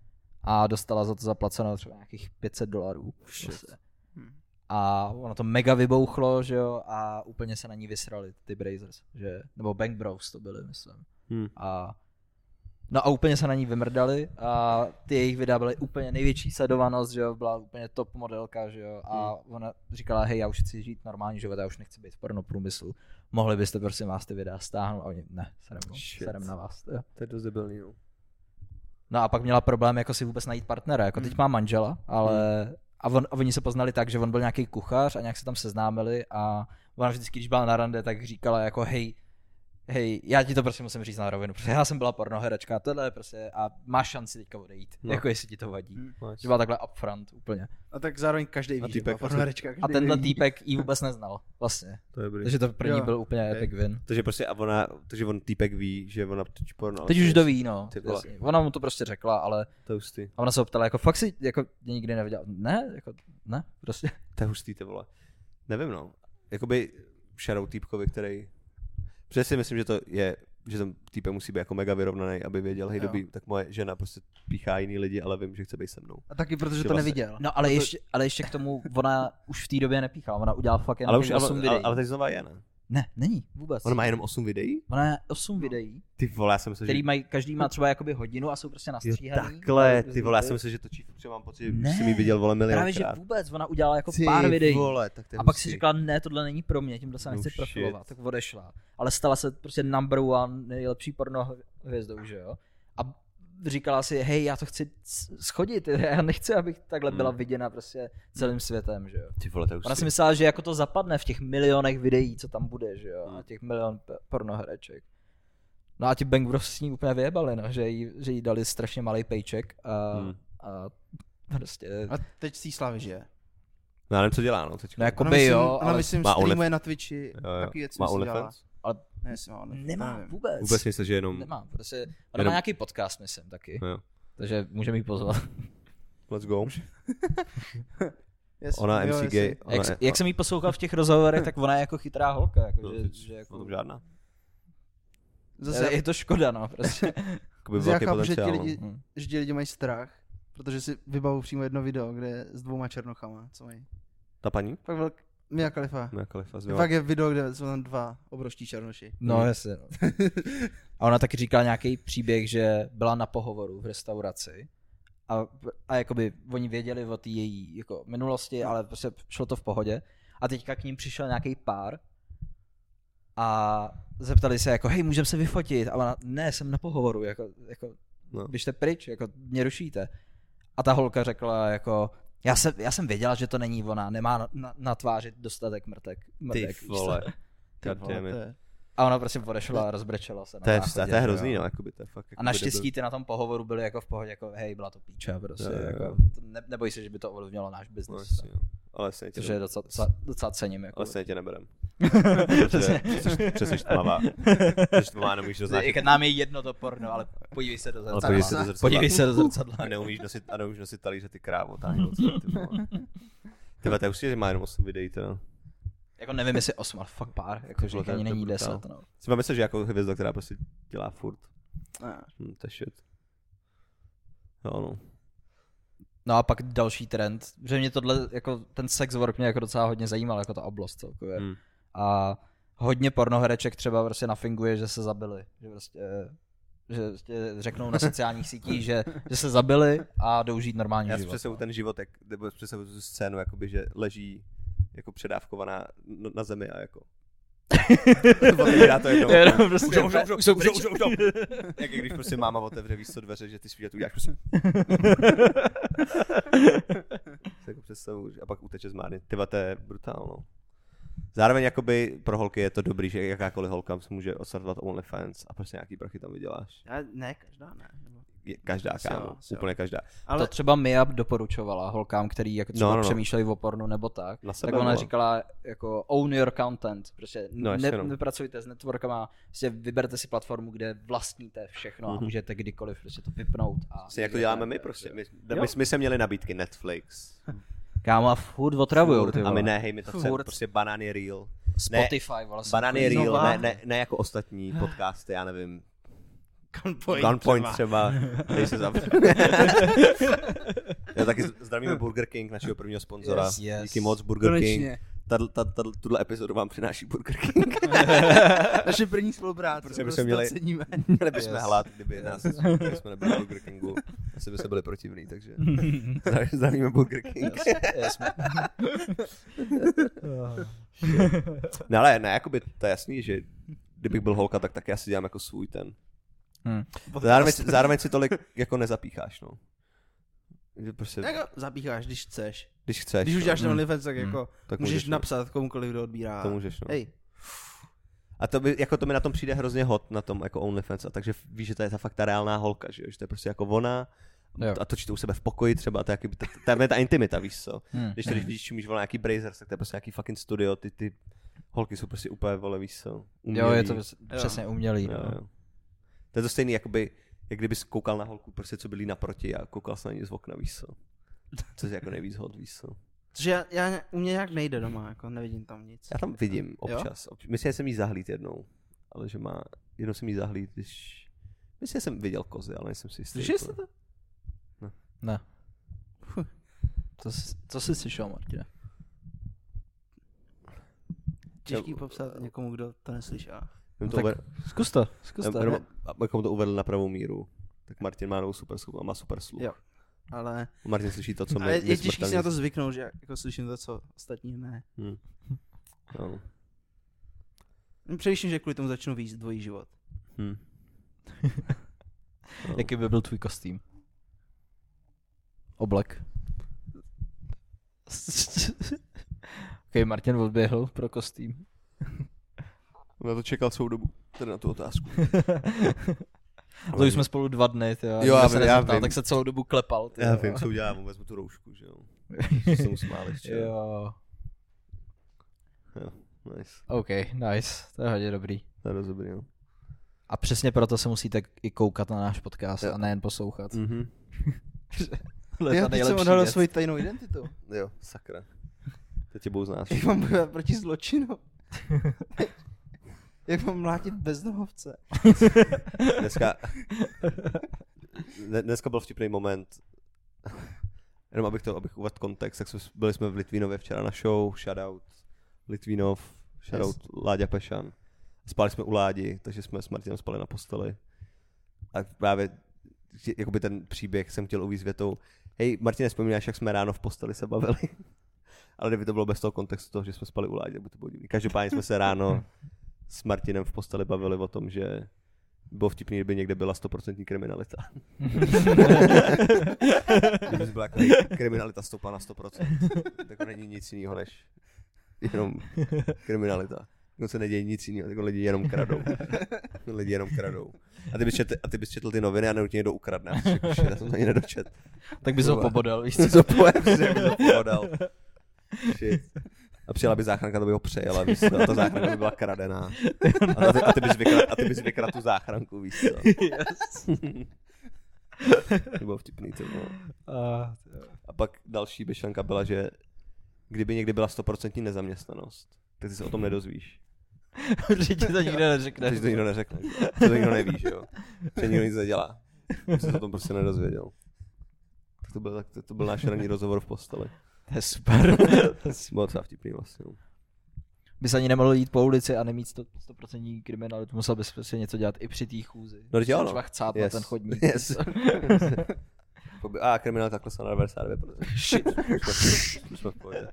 a dostala za to zaplaceno třeba nějakých pět set dolarů. Prostě.
Hm.
A ono to mega vybouchlo, že jo, a úplně se na ní vysrali ty Brazers, že, nebo Bang Bros to byly, myslím.
Hmm.
A no a úplně se na ní vymrdali a ty jejich videa byly úplně největší sledovanost, že jo, byla úplně top modelka, že jo, a ona říkala, hej, já už chci žít normální život, já už nechci být v pornoprůmyslu, mohli byste prosím vás ty videa stáhnout a oni, ne, serem,
Shit.
serem na vás, jo.
To je dost debilný, no.
No a pak měla problém jako si vůbec najít partnera, jako teď má manžela, ale a, on, a oni se poznali tak, že on byl nějaký kuchař a nějak se tam seznámili a ona vždycky, když byla na rande, tak říkala jako hej, hej, já ti to prostě musím říct na rovinu, protože já jsem byla pornoherečka, tohle je prostě a máš šanci teďka odejít,
No.
jako jestli ti to vadí.
Hm.
Nice.
Že byla takhle upfront úplně.
A tak zároveň každý
A
ví, že
týpek
byla
asi-
pornoherečka, každý
A tenhle
ví.
týpek ji vůbec neznal, vlastně.
To je dobrý.
Takže to pro ní
Jo,
byl úplně
ok.
epic win.
Takže prostě a ona, takže on týpek ví, že ona točí porno. ale
Teď
to
už
je-
to ví, no.
Ty vole.
jasně. Ona mu to prostě řekla, ale
To je hustý.
a ona se ho ptala, jako fakt si jako nikdy neviděl. Ne, jako ne, prostě.
To je hustý, ty vole. Nevím, no. Jakoby shoutout týpkovi, který... Protože si myslím, že to je, že ten týpek musí být jako mega vyrovnaný, aby věděl, hej,
Jo.
dobrý, tak moje žena prostě píchá jiný lidi, ale vím, že chce být se mnou.
A taky protože
Že
to
vlastně-
neviděl.
No ale
Proto-
ještě, ale ještě k tomu, ona už v té době nepíchala, ona udělala fakt jenom
Ale už,
osm
ale,
videí.
ale, ale teď znova je, ne?
Ne, není, vůbec.
On má jenom osm videí?
Ona je osm videí,
Ty vole, já jsem myslel,
který
že...
mají, každý má třeba jakoby hodinu a jsou prostě
Jo,
nastříhaný.
takhle,
A
ty vole, já jsem myslel, že točí, protože mám pocit, že
Ne,
už jsem jí viděl, vole,
Právě, že
milionkrát.
vůbec, ona udělala jako
Ty
pár videí.
vole, tak to je
A pak
hustý.
si řekla, ne, tohle není pro mě, tímhle se
No
nechci
shit.
profilovat, tak odešla. Ale stala se prostě number one nejlepší porno hvězdou, že jo? A říkala si, hej, já to chci s- schodit, já nechci, abych takhle byla
Hmm.
viděna prostě celým světem, že jo?
Ty vole, to je
Ona
hustý.
si myslela, že jako to zapadne v těch milionech videí, co tam bude, že jo?
Hmm.
A těch milion p- pornohereček. No a ti Bang Bros s ní úplně vyjebali, no, že jí, že jí dali strašně malý paycheck a,
Hmm.
a prostě...
A teď z té slavy žije.
No, já nevím, co dělá, no, teď.
No jako
Ona
by
myslím,
jo,
ona
ale
myslím
má
streamuje na Twitchi,
Jo, jo.
taky věci
Má
myslím, dělá.
OnlyFans?
Ne, jestli má OnlyFans,
nemá
nevím.
vůbec.
Vůbec myslím, že jenom...
Nemá, prostě, ona
Jenom-
má nějaký podcast, myslím, taky.
Jo.
Takže můžeme jí pozvat.
Let's go.
Yes,
Ona
jo,
M C
jestli-
Gay. Ona
Jak,
je-
jak jsem jí poslouchal v těch rozhovorech, tak ona je jako chytrá holka, jako,
No,
že,
teď
že jako,
o tom žádná.
Zase,
je to škoda, no, prostě.
Jakoby
Zase já
velký
chápu, že ti
potenciál.
lidi-
no.
Hm.
že ti lidi mají strach, protože si vybavu přímo jedno video, kde je s dvouma černochama, co mají.
Ta paní?
Fakt velk... Mia Khalifa.
Mia Khalifa. z
Fakt je video, kde jsou tam dva obrovští černoši.
No,
Hmm.
jasně, no. A ona taky říkala nějaký příběh, že byla na pohovoru v restauraci a, a jakoby oni věděli o té její jako minulosti, ale prostě šlo to v pohodě. A teďka k ním přišel nějaký pár a zeptali se jako, hej, můžeme se vyfotit? A ona, ne, jsem na pohovoru, jako, jako
No.
běžte pryč, jako mě rušíte. A ta holka řekla jako, já jsem, já jsem věděla, že to není ona, nemá na, na, na tváři dostatek mrtek.
Ty
mrtek víš co?
vole.
Ty
God
vole,
damn it.
to je-
A ona prostě odešla a rozbrečela se na
To je,
záchodě,
to je
že
hrozný,
jo.
no, jakoby, to je fakt.
A
jakoby
naštěstí
debil.
ty na tom pohovoru byly jako v pohodě, jako hej, byla to píča, prostě,
Jo, jo,
jako,
jo.
ne, neboj se, že by to ovlivnilo náš
No,
biznis.
jasně, jo. Ale stejně tě,
Což je
ne-
docela, docela, docela cením, jako.
ale stejně tě neberem.
Přesně.
Přesně tmavá. Přesně tmavá, nemůžeš
Jako
roznášet.
nám je jedno to porno, ale Podívej se do
Ale
zrcadla.
podívej se do zrcadla.
Podívej se do zrcadla.
A neumíš nosit, a neumíš nosit talíře, ty krávo, táhni odsud, ty vole. Tyhle, to je určitě, že má jenom osm videí, teda.
Jako nevím, jestli osm, ale fakt pár, jakože
To je-
ani
to je
není
brutál.
deset, no.
Si mám myslet, že jako hvězda, která prostě dělá furt.
Ne.
Hm, to je shit. Jo, no.
No a pak další trend, že mě tohle, jako ten sex work mě jako docela hodně zajímal, jako ta oblast celkově.
Hm.
A hodně pornohereček třeba prostě nafinguje, že se zabili, že prostě, že prostě řeknou na sociálních sítích, že, že se zabili a jdou žít normální
Já si
život.
představuji
no.
ten život, jak, nebo představuji tu scénu, jakoby, že leží jako předávkovaná na, na zemi a jako... Otevírá to jednou.
Jenom prostě
Už, už,
úplně-
už, už, už, už, už. Jak je, když prostě máma otevře, víš co, dveře, že ty spíš a tu uděláš prostě. Si jako představuji, že- a pak uteče z Márny. Tyva, to je brutálno. Zároveň jakoby pro holky je to dobrý, že jakákoliv holka se může odstartovat OnlyFans a prostě nějaký prachy tam vyděláš.
Já, ne, každá ne. nebo-
Je, každá,
Asi jo,
kámo,
asi jo.
úplně každá.
Ale
To třeba Mia doporučovala holkám, který jako třeba
No, no, no.
přemýšleli o pornu nebo tak.
Na sebe
Tak ona
bylo.
říkala jako own your content, prostě
No,
ne,
jasně, no.
nepracujte s networkama, prostě vyberte si platformu, kde vlastníte všechno a
Mhm.
můžete kdykoliv prostě to vypnout. A
Vlastně jak to děláme my prostě. My,
Jo.
my, my jsme měli nabídky Netflix.
Kámo a furt otravujou, ty
A my
vole.
ne, hej, my to chceme,
Furt.
prostě banán je real.
Spotify, vole.
Banán je
jsem
real,
Nová.
ne, ne, ne jako ostatní podcasty, já nevím.
Gunpoint,
Gunpoint
třeba.
třeba, dej se zavřít. Já taky zdravíme Burger King, našeho prvního sponzora.
Yes, yes.
Díky moc Burger King.
Konečně.
Tadl- tadl- tadl- Tuhle epizodu vám přináší Burger King.
Naše první spolupráce.
Protože
Protože
bychom měli-
ceníme.
Měli bychom
Yes.
hlad, kdyby nás kdyby jsme nebyli v Burger Kingu. Asi by se byli protivní, takže zdraví- zdravíme Burger King.
Yes,
No ale ne, jakoby to je jasný, že kdybych byl holka, tak taky asi dělám jako svůj ten.
Hmm.
Zároveň, zároveň si tolik jako nezapícháš, no. Že prostě,
Jako zapícháš, když chceš.
když chceš,
Když už
no,
děláš ten
Mm.
OnlyFans, tak
Mm.
jako
tak
můžeš
můžeš, no.
napsat komukoliv, kdo odbírá.
To můžeš, no.
Hej,
A to, by, jako to mi na tom přijde hrozně hot, na tom jako OnlyFans, a takže víš, že to je ta fakt ta reálná holka, že, jo? Že to je prostě jako ona
Jo.
a točí to u sebe v pokoji třeba, to je, jaký, ta, ta, ta, ta intimita, víš co.
Hmm.
Když to, když vidíš, čumíš vole nějaký Brazers, tak to je prostě nějaký fucking studio, ty, ty holky jsou prostě úplně, vole, víš co,
Jo,
umělý.
je to přesně umělý.
Jo,
No.
jo. To je to stejný, jakoby, jak kdybys koukal na holku, prostě co byli naproti a koukal se na ní z okna, víš co. Což je jako nejvíc hot, víš co.
Protože já, já, u mě nějak nejde doma, jako nevidím tam nic.
Já tam vidím občas. Obč- Myslím, že jsem jí zahlíd jednou, ale že má, jednou jsem jí zahlíd, když, myslím, že jsem viděl kozy, ale nejsem si jistý.
Slyšeli jste
úplně.
to?
Ne. To, jsi- co jsi slyšel, Martine?
Těžký popsat někomu, kdo to neslyšel.
Jenom to
tak
uvedl-
Zkus to, zkus to.
jenom, abychom to uvedli na pravou míru. Tak Martin má novou super sluch a má super sluch.
Jo. Ale,
Martin slyší to, co my,
ale je,
my
je těžký si
smrtelně-
na to zvyknout, že jako slyším to, co ostatní ne.
Hm. No.
Přemýšlím, že kvůli tomu začnu víc dvojí život.
Hm. No.
Jaký by byl tvůj kostým? Oblek. Ok, Martin odběhl pro kostým.
Já to čekal celou dobu, tedy na tu otázku.
To už jsme spolu dva dny, tyjo,
Jo, já
se
vím, já
nezeptal,
vím.
tak se celou dobu klepal. Tyjo.
Já vím, co udělám, vezmu tu roušku, že jo. Že se mu smál ještě.
Jo,
Jo, nice.
ok, nice, to je hodně dobrý.
To je dost dobrý, no.
A přesně proto se musíte i koukat na náš podcast
Jo.
a nejen poslouchat.
Mhm.
Tohle je
Já
ta
teď jsem
nejlepší
odhalil
věc.
svoji tajnou identitu.
Jo, sakra. Teď tě budou znát.
Jak mám bojovat proti zločinu. Jak mám mlátit bezdomovce.
Dneska, dne- dneska byl vtipný moment. Jenom abych to, abych uvedl kontext, tak jsme, byli jsme v Litvínově včera na show, shoutout Litvínov, shoutout yes. Láďa Pešan. Spali jsme u Ládi, takže jsme s Martinem spali na posteli. A právě jakoby ten příběh jsem chtěl uvíct větou. Hej, Martine, vzpomínáš, jak jsme ráno v posteli se bavili? Ale kdyby to bylo bez toho kontextu toho, že jsme spali u Ládi, tak by to bylo divný. Každopádně jsme se ráno s Martinem v posteli bavili o tom, že bylo vtipný, kdyby někde byla stoprocentní kriminalita. Kdyby byla kriminalita stoupla na sto procent, tak to není nic jiného než jenom kriminalita. No se neděje nic jiného, tak lidi jenom kradou. Lidi jenom kradou. A ty bys četl, a ty bys četl ty noviny a nenutně někdo ukradne. A řekl, že já jsem to ani nedočet.
Tak bys ho pobodal, víš co?
Co pojem, že bys ho pobodal. Shit. A přijela by záchranka, to by ho přejela, víš co, a ta záchranka by byla kradená. A ty, a ty bys vykradl, a ty bys vykradl tu záchranku, víš co.
Yes.
To bylo vtipný, to bylo. A pak další myšlenka byla, že kdyby někdy byla stoprocentní nezaměstnanost, tak ty se o tom nedozvíš.
Že ti to nikdo neřekne.
Že to nikdo neřekne. To nikdo neví, že jo. Že nikdo nic nedělá. Že se o tom prostě nedozvěděl. Tak to byl, tak to, to byl náš ranní rozhovor v posteli.
To je super.
Bylo třeba vtipný vlastně.
Bys ani nemohl jít po ulici a nemít sto procent kriminalitu, musel bys prostě něco dělat i při té chůzi.
No teď jo, no.
Třeba chcát yes. na ten chodník.
Yes. A kriminalita klesla na devadesát devět procent.
Shit.
Už jsme v pohodě.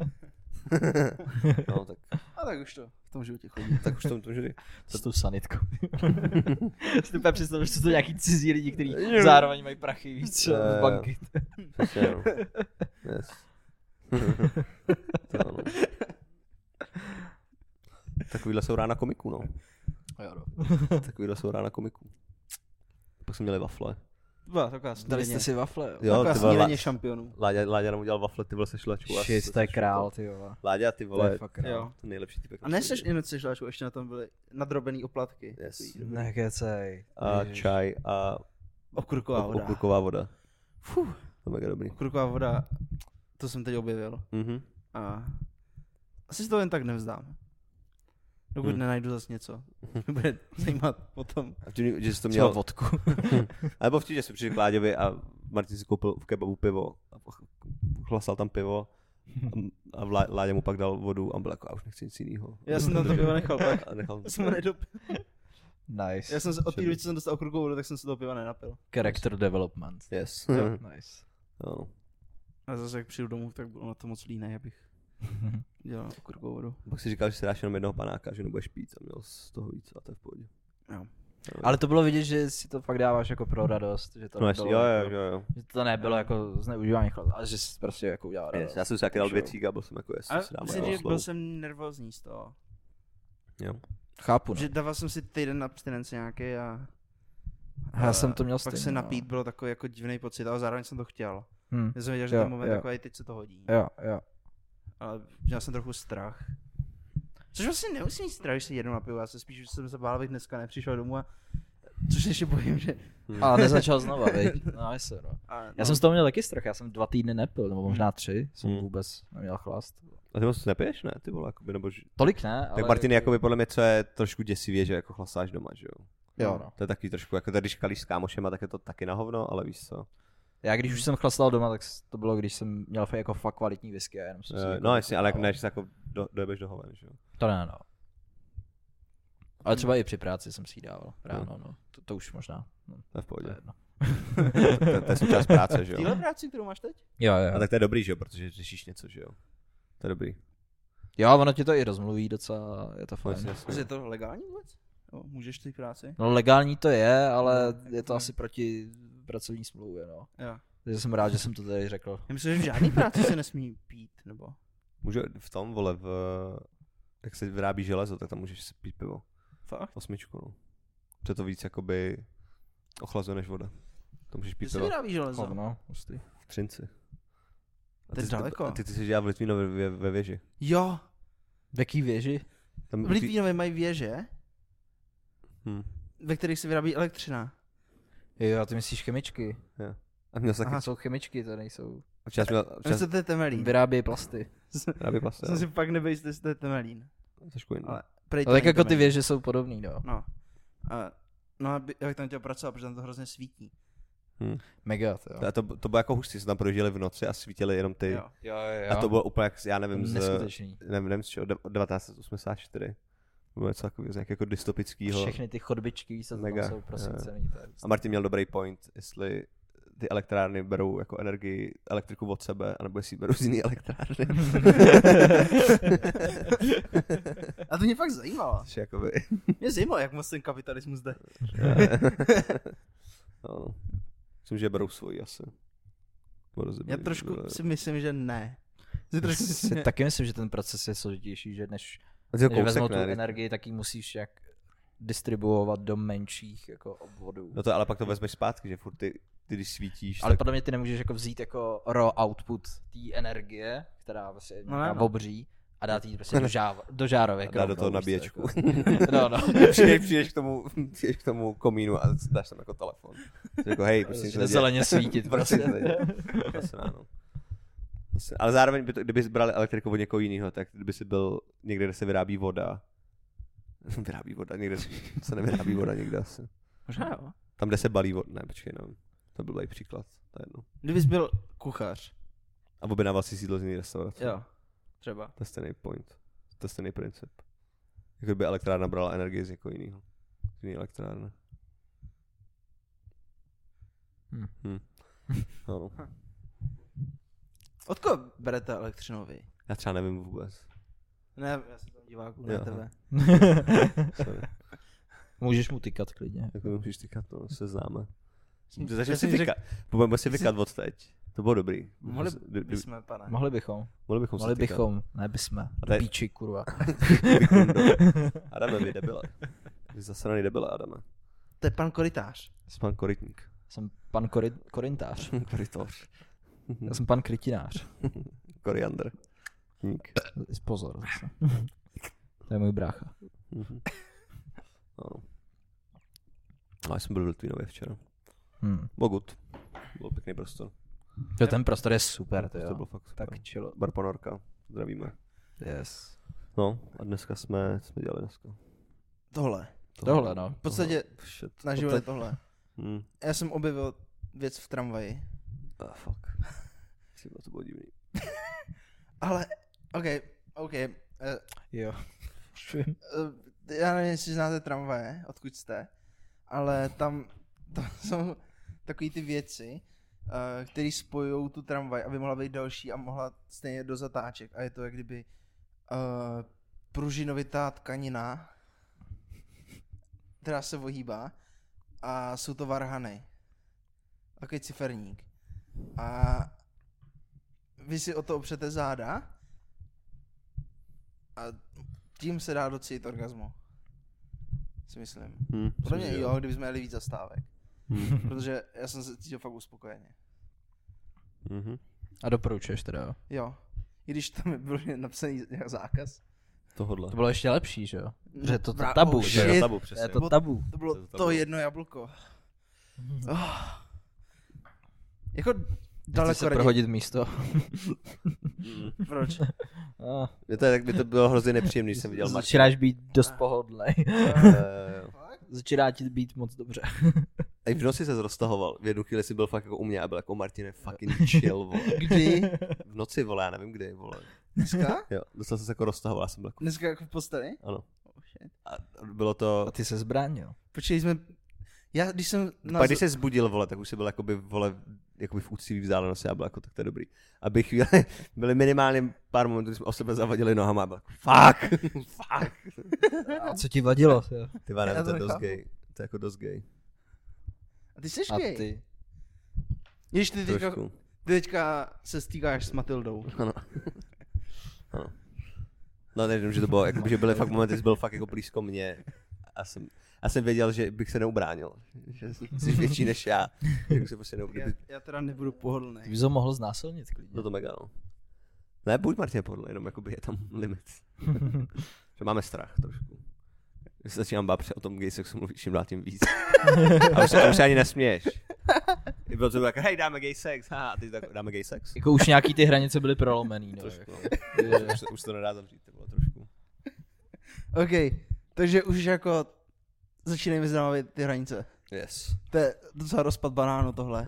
No tak.
A tak už to v tom životě chodí.
Tak už to v tom životě.
Co s tou sanitkou? Si úplně představ, že jsou to nějaký cizí lidi, kteří zároveň mají prachy, víc co, z banky.
Přesně, no. Yes. To ano. Takovýhle jsou rána komiků, no.
Jo, no.
Takovýhle jsou rána komiků. Pak jsme měli wafle.
Byla taková
Dali
snídaně.
jste si wafle, jo?
Jo,
Taková
ty vole,
snídaně šampionů.
Láďa, Láďa nám udělal wafle, ty vole, se šlačku.
Shit, to je král, ty vole.
Láďa, ty
To
vole,
je fakt král.
Jo.
to nejlepší typek.
A neseš i se šláčku, ještě na tom byly nadrobený oplatky.
Yes.
Nekecej.
A čaj a
Okurková voda.
okurková voda.
Fuh.
To je mega dobrý.
Okurková voda, to jsem teď objevil.
Mhm.
A asi si to jen tak nevzdám. Dokud
Hmm.
nenajdu zase něco. Mě bude zajímat potom.
A vtipný, že jsi to
Třeba
měl...
vodku.
A nebo vtipně, že jsi přišel k Láďovi a Martin si koupil v kebabu pivo. A chlasal tam pivo. A Lá- Láďa mu pak dal vodu a byl jako, a už nechci nic jinýho.
Já jsem tam to pivo nechal pak.
A nechal
Jsem ho nedopil.
Nice.
Já jsem se od té doby, co jsem dostal okurkovou vodu, tak jsem se toho piva nenapil.
Character development.
Yes.
Jo.
Nice.
Jo.
A zase jak přijdu domů, tak budu na to moc línej, abych dělal okurkovou vodu.
Pak si říkal, že si dáš jenom jednoho panáka, že nebudeš pít a měl z toho víc a to je v pohodě.
Jo.
Ale to bylo vidět, že si to fakt dáváš jako pro radost, že to
No
nebylo,
jasně, jo,
jako,
jo, jo.
že to nebylo jako zneužívání chladu, ale že jsi prostě jako udělal radost.
Yes. Já jsem si taky dal dvě cíka a byl jsem jako, jestli
A
si dáme
myslím,
jako
že
slovo.
byl jsem nervózní z toho.
Jo.
Chápu, no.
Že dával jsem si týden abstinence nějaký a...
Já jsem to měl
Pak
stejně,
se
no.
napít bylo takový jako divný pocit, ale zároveň jsem to chtěl.
Hm.
Já jsem věděl, že
Jo,
ten moment
jo.
takový, teď se to hodí.
Jo, jo.
Ale měl jsem trochu strach. Což vlastně nemusím mít strach, že si jedu na pivo, já se spíš, že jsem se bál, abych dneska nepřišel domů a... Což ještě bojím, že...
Hmm.
A nezačal znova, viď? No, jestli, no.
A, no.
Já jsem z toho měl taky strach, já jsem dva týdny nepil, nebo možná tři, jsem
Hmm.
vůbec neměl chlast.
A ty moc nepiješ, ne? Ty vole, jakoby, nebo... že-
Tolik ne, ale...
Tak Martin, jakoby podle mě, co je trošku děsivě, že jako chlastáš doma, že jo?
Jo, no.
To je taky trošku, jako tady, když kalíš s kámošema, tak je to taky na hovno, ale víš co.
Já když už jsem chlastal doma, tak to bylo, když jsem měl fakt jako fakt kvalitní whisky a jenom jsem si
Eh,
jako
No jasně, ale jako
dával.
než se jako do, dojebeš do hoven, že jo?
To ne, no. Ale třeba i při práci jsem si ji dával ráno, no. To, to už možná, no,
To je v
to
pohodě.
je jedno.
to, to, to je součást práce, že jo?
Týhle práci, kterou máš teď?
Jo,
A
jo.
tak to je dobrý, že jo? Protože řešíš něco, že jo? To je dobrý.
Jo, ono ti to i rozmluví docela, je to fajn.
Jasně, jasně.
Je to legální vůbec? Jo, můžeš ty práci?
No legální to je, ale
No,
je to
ne.
asi proti pracovní smlouvě, no.
Jo.
Takže jsem rád, že jsem to tady řekl.
Já myslím, že v žádný práci se nesmí pít, nebo...
Můžu v tom, vole, v... Jak se vyrábí železo, tak tam můžeš si pít pivo.
Fakt?
Osmičku, no. Protože to víc jakoby ochlazuje než voda. To můžeš pít
Ty se
pivo
vyrábí železo.
No, hustý.
v Třinci. A
To je
ty,
daleko.
A ty, ty si dělal v Litvínově ve, ve věži.
Jo,
V jaký věži?
Tam,
v Litvínově mají věže,
Hm.
ve kterých se vyrábí elektřina.
Jo, ty myslíš chemičky.
A měl jsi taky...
Aha, jsou chemičky, to nejsou.
Včas měl...
Já
Včas...
myslím, to je temelín.
Vyrábějí plasty.
Rábí plasty,
Jsem si pak nebejistý, jestli to je temelín.
trošku jiný.
Ale prej to
Ale tak
není
jako ty
temelín.
věže jsou podobný, no.
No. A, no a by- já bych tam chtěl pracovat, protože tam to hrozně svítí.
Hm.
Mega, to jo.
A to, to bylo jako hustý, se tam projížděli v noci a svítili jenom ty.
Jo.
Jo, jo,
A to bylo úplně, jak, já nevím, z,
neskutečný.
nevím, nevím z čeho, od devatenáct set osmdesát čtyři. Bylo něco takového, z nějakého jako dystopického.
Všechny ty chodbičky, víš, co tam
Mega,
jsou prosvícený. To je
A Martin měl dobrý point, jestli ty elektrárny berou jako energii, elektriku od sebe, anebo jestli ji berou z jiný elektrárny.
A to mě fakt zajímalo.
Což je jakoby...
Mě zajímalo, jak moc ten kapitalismus jde.
no. Myslím, že berou svoji asi. Bylo dost
Já
dobrý,
trošku
bylo-
si myslím, že ne. Si trošku
si taky myslím, že ten proces je složitější, že než,
A ty ho
než vezmou
kousek,
tu
ne?
energii, tak ji musíš jak distribuovat do menších jako obvodů.
No to ale pak to vezmeš zpátky, že furt ty, ty když svítíš,
Ale
tak...
podle mě ty nemůžeš jako vzít jako raw output té energie, která vlastně je
No
nějaká
ne, no.
obří, a A dát jí prostě do, žáv, do žárovek.
Dá do toho nabíječku.
Jako. No, no.
přijdeš, přijdeš, k tomu, přijdeš k tomu komínu a dáš tam jako telefon. Jako hej, prostě
Jde zeleně svítit.
prostě. Prostě ano. Ale zároveň, by to, kdyby brali elektriku od někoho jiného, tak kdyby si byl někde, kde se vyrábí voda. Vyrábí voda, někde se nevyrábí voda někde asi.
Možná jo.
Tam, kde se balí voda. Ne, počkej, no. To byl i příklad. To je jedno.
Kdybys byl kuchař.
A objednával si sídlo z jiné restaurace.
Jo, třeba.
To je stejný point. To je stejný princip. Jako kdyby elektrárna brala energii z někoho jiného. Z jiné elektrárny.
Hmm.
Hm. Ano.
Od koho berete elektřinu vy?
Já třeba nevím vůbec.
Ne, já jsem tam diváků na
Jo.
tebe.
Sorry.
Můžeš mu tykat klidně.
Jako můžeš tykat, to se známe.
Jsem-
Začneš
já
si
jsem
vykat. Budeme si vykat od teď. To bylo dobrý.
Mohli
Kdy- kdy-
bychom, pane.
Mohli bychom.
Mohli bychom
Mohli
se tykat.
bychom. Ne bysme.
to je-
Píči, kurva.
Adame, vy debile. Vy zasraný debile, Adame.
To je pan Korytář.
Jsi pan korytník.
Jsem pan Kori- Korintář.
Korytoř.
Já jsem pan Krytinář.
Koriander. Ník.
Pozor zase. To je můj brácha.
Mhm. Ano. No, já jsem byl v Litvínově včera.
Hmm.
Bogut. Byl pěkný prostor.
Jo, ten prostor je super, to
To
jo.
byl fakt super.
Tak čilo.
Bar Ponorka. Zdravíme.
Yes.
No, a dneska jsme, jsme dělali dneska.
Tohle.
Tohle, no.
V podstatě
Shit.
naživo je tohle.
Hmm.
Já jsem objevil věc v tramvaji.
Ah, fuck. Třeba to bylo divný.
Ale, OK, OK. Uh,
Jo.
uh, já nevím, jestli znáte tramvaje, odkud jste, ale tam, tam jsou takové ty věci, uh, které spojují tu tramvaj, aby mohla být další a mohla stejně do zatáček. A je to jak kdyby uh, pružinovitá tkanina, která se ohýbá, a jsou to varhany. Takový ciferník. A vy si o to opřete záda a tím se dá docílit orgazmu. Si myslím.
Hmm.
Podle mě jo, kdybychom měli víc zastávek.
Hmm.
Protože já jsem se cítil fakt uspokojeně.
Mhm.
A doporučuješ teda, jo?
Jo. I když tam byl napsaný nějak zákaz.
Tohodle.
To bylo ještě lepší, že jo? Že je to
Bra-
tabu,
oh,
že
To
jo?
je
shit.
tabu, přesně.
Je to tabu.
To bylo
To je to
to
tabu.
jedno jablko. Oh. Jako
Daleko
daleko
se
raději.
prohodit místo.
Mm.
Proč?
Ah,
Mě to, by to bylo hrozně nepříjemné, když jsem viděl Martina.
Začínáš být dost pohodlnej.
Eh,
Začíná ti být moc dobře.
A i v noci se roztahoval. V jednu chvíli si byl fakt jako u mě a byl jako Martine fucking chill, vole.
Kdy?
V noci, vole, já nevím kdy, vole.
Dneska?
Jo, dostal jsem se jako roztahoval, já jsem byl jako,
Dneska jako v posteli?
ano.
Oh, shit.
A bylo to,
A ty se zbránil.
Počkej, jsme... Já, když jsem...
no, pak když se zbudil, vole, tak už si byl jakoby, vole, jakoby v úctivý vzdálenosti a byl jako, tak to je dobrý. Aby chvíli, byly minimálně pár momentů, kdy jsme o sebe zavadili nohama a byl jako, fuck, fuck.
A co ti vadilo? Jo?
Ty vole,
Já
to je
to
dost
nechápu.
gay. To je jako dost gay.
A ty jsi
A
gay?
ty?
Když ty teďka,
Trošku.
ty teďka se stýkáš s Matildou.
Ano. Ano. No nevím, že to bylo, jakoby, že byly fakt momenty, kdy jsi byl fakt jako blízko mě. A jsem, a jsem věděl, že bych se neubránil. Že jsi větší než já. Že bych se prostě
Já,
neubránil.
já teda nebudu pohodlný.
Ty bys ho mohl znásilnit klidně.
No to mega, no. Ne, buď Martin podle, jenom jakoby je tam limit. Že máme strach trošku. Když se začínám bát o tom gay sexu mluvíš čím dál tím víc. A už se, a už se ani nesměješ. I bylo to jako, hej, dáme gay sex, ha, a ty tak, dáme gay sex.
Jako už nějaký ty hranice byly prolomený, no.
Trošku,
Jako.
no. už, se- už to nedá zavřít, to bylo trošku.
OK, takže už jako začínají vyznávat ty hranice.
Yes.
To je docela rozpad banánu tohle.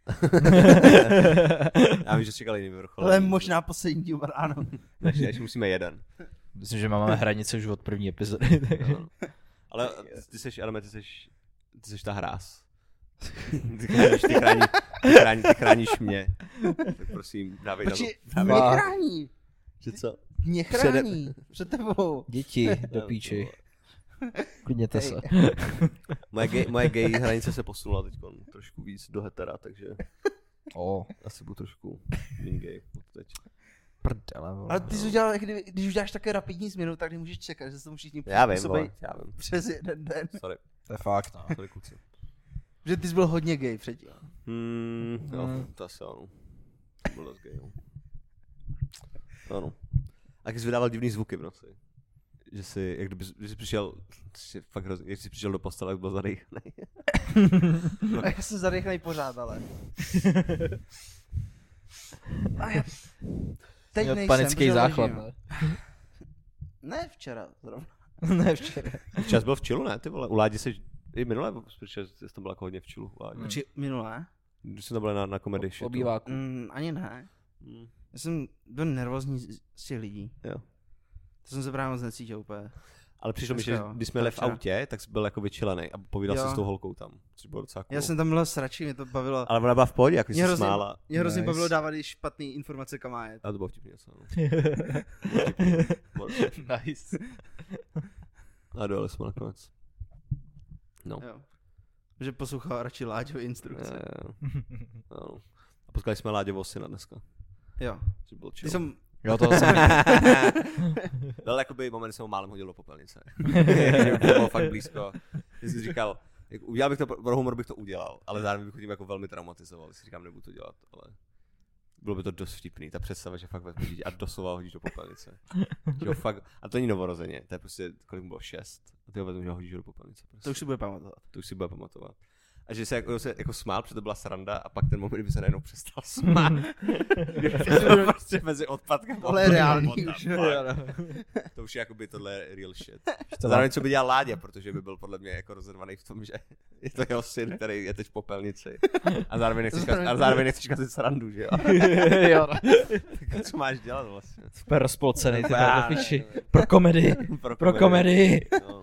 Já vím, že čekali jiný vrchol.
Ale možná poslední díl banánu.
Takže ještě musíme jeden.
Myslím, že máme hranice už od první epizody. Takže.
No. Ale ty seš, Adame, ty seš, ty seš ta hráz. Ty chráníš, ty, chrání, ty, chrání, ty chráníš mě. Tak prosím, dávej na to.
Počkej,
Dávej
mě
na to.
chrání.
Že co?
Mě chrání. Před tebou.
Děti do píči. Klidněte se.
Moje gay, moje gay hranice se posunula teď trošku víc do hetera, takže
O,
asi budu trošku méně gay od teď.
prdele, vole.
Ale ty jsi udělal, jak kdyby, když uděláš také rapidní změnu, tak nemůžeš čekat, že se tomu všichni
Já vím,
přizpůsobí
vole, já vím.
přes jeden den.
Sorry,
To je fakt, no.
sorry kluci.
Že ty jsi byl hodně gay předtím.
Hmm, jo,
Hmm.
to asi ano. To byl dost gay, jo. Ano. A když jsi vydával divný zvuky v noci. Že jsi, jak kdyby, že jsi přišel, že fakt hrozně, jak jsi přišel do postele, jak byl zadýchaný.
No. Já jsem zadýchaný pořád, ale. A já... Teď
Měl
nejsem,
panický
protože
záchvat,
ležím.
ne?
Ne včera zrovna.
Ne včera.
Včas byl v čilu, ne? Ty vole, u Ládi jsi i minule, protože jsi tam byl jako hodně v čilu. U Ládi.
Hmm.
Či minulé?
Když jsme tam byli na, na komedii shitu.
Obýváku.
Mm, ani ne.
Hmm.
Já jsem byl nervózní z, z těch lidí.
Jo.
To jsem se právě moc necítil úplně.
Ale přišlo mi,
Dneska
že
jo,
když jsme jeli v
včera.
autě, tak jsi byl jako vyčilený a povídal
Jo.
jsi s tou holkou tam, což bylo docela cool.
Já jsem tam byl sračí, mě to bavilo.
Ale ona byla v pohodě, jako
Mě
se
hrozně-
smála.
Mě hrozně
Nice.
bavilo dávat i špatné informace, kam má jet.
A to bylo vtipný, co? No.
Nice.
A dojeli jsme nakonec. No.
Jo. Že poslouchal radši Láďové instrukce.
Je, je, je. No. A potkali jsme Láďovou syna dneska.
Jo.
Což byl
Ty
chill.
jsem...
Jo, to jsem...
Byl jakoby moment, jsem ho málem hodil do popelnice. To bylo fakt blízko. Když jsi říkal, jak, udělal bych to, pro humor bych to udělal, ale zároveň bych ho tím jako velmi traumatizoval. Si říkám, nebudu to dělat, ale bylo by to dost vtipný. Ta představa, že fakt vezme dítě a doslova hodíš do popelnice. Že ho fakt, a to není novorozeně, to je prostě, kolik mu bylo šest. A ty ho vezmu, že ho hodíš do popelnice. Prostě.
To už si bude pamatovat.
To už si bude pamatovat. A že se jako, se jako smál, protože to byla sranda a pak ten moment, kdyby se najednou přestal smát. Prostě mezi odpadkem.
Tohle je reálný už.
To už je jakoby tohle real shit.
To
Zároveň co by dělal Láďa, protože by byl podle mě jako rozhodovaný v tom, že je to jeho syn, který je teď v popelnici. A zároveň nechceš, kaz, a zároveň nechceš kazit srandu, že jo?
Jo,
Tak co máš dělat vlastně?
super rozpolcený, ty
Já
vole, do piči.
nevím.
Pro komedii. Pro komedii.
No.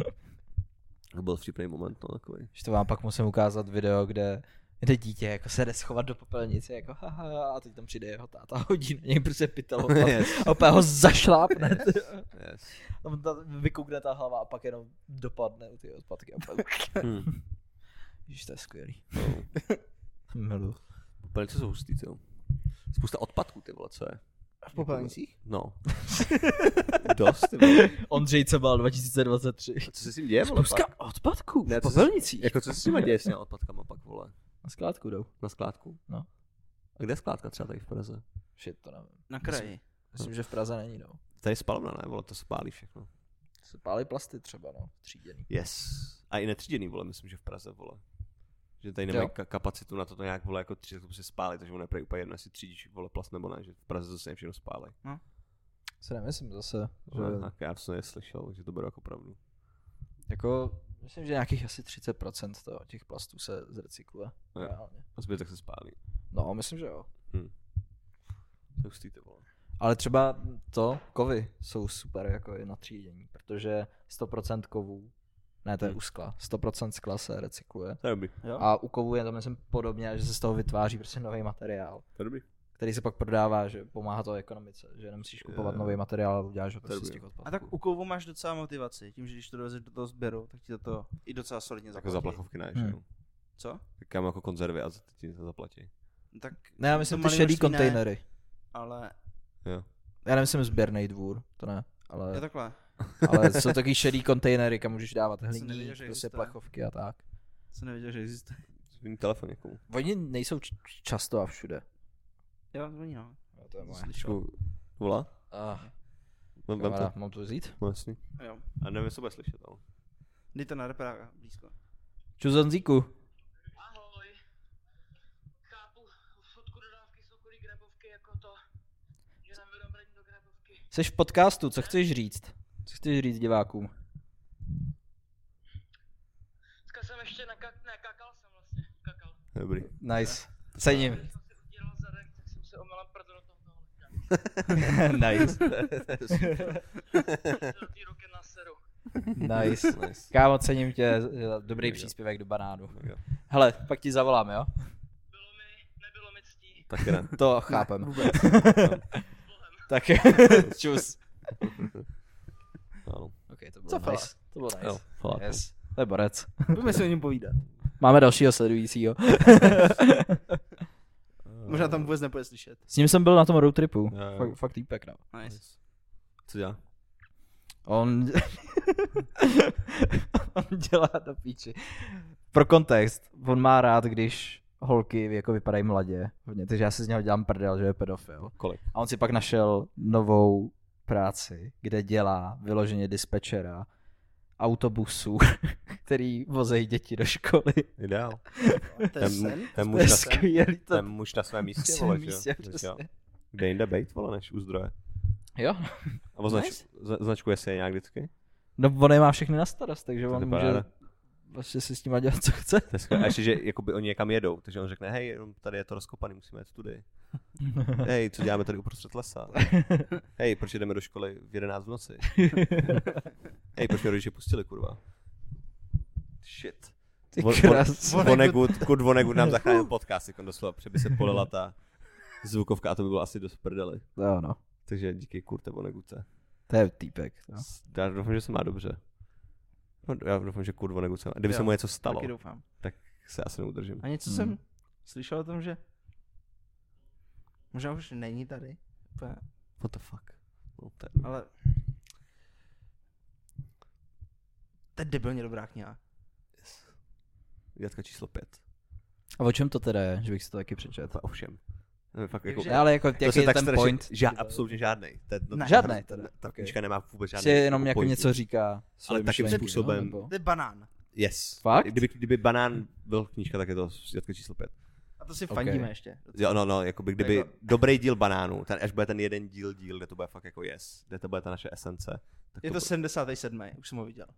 To byl vtipný moment, no takový.
Že to vám pak musím ukázat video, kde kde dítě jako se jde schovat do popelnice, jako haha, a teď tam přijde jeho táta a hodí na něj prostě pytel odpad,
Yes.
a opět ho zašlápne.
Yes.
Tam ta, vykoukne ta hlava a pak jenom dopadne u ty odpadky. A pak...
Hmm.
Ježiš, to je skvělý.
No.
Milu.
Popelnice jsou hustý, jo. Spousta odpadků, ty vole, co je?
V popelnicích?
No. Dost, ty vole.
Ondřej Cebal dva tisíce dvacet tři.
A co se s tím děje, vole,
Spousta
pak?
odpadků
Ne,
v
co se-
popelnicích.
Jako co se s těma děje s těma odpadkama pak, vole?
Na skládku jdou.
Na skládku?
No.
A kde je skládka třeba tady v Praze?
Shit, to nevím.
Na kraji.
Myslím, že v Praze není, no.
Tady je spalovna, ne, vole, to spálí všechno.
Se pálí plasty třeba, no, tříděný.
Yes. A i netříděný, vole, myslím, že v Praze, vole. Že tady nemají
Jo.
ka- kapacitu na to, to nějak, vole, jako třídit, to prostě spálit, takže ono je prej úplně jedno, jestli třídíš, vole, plast nebo ne, že v Praze zase všechno spálí.
Se nemyslím zase, že
Že... Tak já jsem neslyšel, že to beru jako pravdu.
jako, myslím, že nějakých asi třicet procent toho, těch plastů se zrecykluje.
Jo.
Reálně.
A zbytek se spálí.
No, myslím, že jo.
To je hustý, ty vole.
Ale třeba to, kovy jsou super jako je na třídění, protože sto procent kovů, ne to je
Hmm.
u skla, sto procent skla se recykluje.
To je dobrý.
Jo?
A u kovů je to myslím podobně, že se z toho vytváří prostě nový materiál,
To je dobrý.
který se pak prodává, že pomáhá to ekonomice, že nemusíš kupovat
Jo.
nový materiál, ale uděláš ho
To je
prostě z
dobrý.
těch odpadků.
A tak u kovu máš docela motivaci. Tím, že když to dovezeš do toho sběru, tak ti to, to i docela solidně
Jako
zaplatí.
za plechovky ne, že
Hmm.
jo.
Co?
Tak já mám jako konzervy a za ty ti to zaplatí.
Tak
Ne, já myslím
to
ty
malý
šedý
množství ne,
kontejnery.
Ale
Jo.
Já nemyslím sběrný dvůr, to ne,
je
ale,
takhle.
ale jsou taky šedý kontejnery, kam můžeš dávat
jsem
hliník,
nevěděl, že
prostě
existuje.
plechovky a tak.
Jsem nevěděl, že existuje.
Zvím telefon někomu.
Oni nejsou č- často a všude.
Jo, zvoní no.
Jo, to je moje.
Slyšel.
Volá?
Ah,
Vem, vem
kamarád,
to.
mám to vzít?
No jasný.
Jo.
A nevím, jestli bude slyšet, ale.
Dej to na repera blízko.
Čus Honzíku.
Ahoj. Chápu fotku dodávky z okolí Grabovky jako to, že jsem vyrobený do Grabovky.
Jsi v podcastu, co chceš říct? Co chceš říct divákům?
Dneska jsem ještě nakak, ne, kakal jsem vlastně, kakal.
Dobrý.
Nice. Cením.
Když jsem si udělal zadek, tak jsem si omelem prdu do toho toho.
Nice.
Do té ruky na seru.
Nice.
Nice.
Kámo, cením tě za dobrý příspěvek do banánu.
Tak jo.
Hele, pak ti zavolám, jo?
Bylo mi, nebylo mi ctí.
Taky ne.
To chápem. Tak čus.
Ano.
Ok, to bylo
Co
nice.
fakt?
To bylo
Jo,
nice.
fakt.
Yes. To je borec.
Pojďme si o něm povídat.
Máme dalšího sledujícího.
Možná tam vůbec nebude slyšet.
S ním jsem byl na tom road tripu.
Jo, jo.
Fakt, fakt týpek, no.
Nice.
Co dělá?
On... on dělá do píči. Pro kontext, on má rád, když holky jako vypadají mladě. Hodně, takže já si z něho dělám prdel, že je pedofil.
Kolik?
A on si pak našel novou práci, kde dělá vyloženě dispečera autobusů, který vozejí děti do školy.
Ideál.
To je sen.
Ten
To
muž
je
na,
skvělý. To
ten muž na svém místě,
svém
vole,
místě,
že jo?
přesně.
Kde jinde bejt, vole, než u zdroje.
Jo.
A označ,
Nice.
za- značkuje se je nějak vždycky?
No on je má všechny na starost, takže
To je
on může
paráda.
vlastně si s tím dělat, co chce.
To je skvělé. A ještě, že jakoby oni někam jedou, takže on řekne, hej, jenom tady je to rozkopaný, musíme jet tudy. Hej, co děláme tady uprostřed lesa? Hej, proč jdeme do školy v jedenáct v noci? Hej, proč mě rodiče pustili, kurva? Shit.
Ty
Von-
krás.
Von- Vonnegut, Kurt Vonnegut nám zachránil podcast, jako doslova, protože by se polila ta zvukovka a to by bylo asi dost prdeli.
No, no.
Takže díky Kurte Vonnegute.
To je týpek. No.
Já doufám, že se má dobře. No, já doufám, že Kurt Vonnegut se má. Kdyby
Jo,
se mu něco stalo,
Taky doufám.
tak se asi neudržím.
A něco
Hmm.
jsem slyšel o tom, že možná už není tady, úplně,
What the fuck? No, to je...
ale to je debilně dobrá kniha.
Yes. Jatka číslo pět.
A o čem to teda je, že bych si to taky přečetl?
To ovšem. To je fakt jako...
Takže-
Ne, ale jako,
To
jaký
se
je
tak
ten
strašně,
point?
Ža- absolutně žádnej. To je, no,
Ne.
Žádnej
Ta,
teda,
ta
ok.
knížka nemá vůbec žádný
Prostě jenom jako
point.
něco říká.
Ale
svoje
takým
myšlenky,
způsobem-
No, nebo...
To je banán.
Yes.
Fakt?
Kdyby, kdyby banán byl knížka, tak je to Jatka číslo pět.
A to si
Ok.
fandíme ještě.
Jo, no, no, jakoby kdyby
Jako-
dobrý díl banánu, ten, až bude ten jeden díl díl, kde to bude fakt jako yes, kde to bude ta naše esence. Tak
Je to
bude-
sedmdesátý sedmý už jsem ho viděl.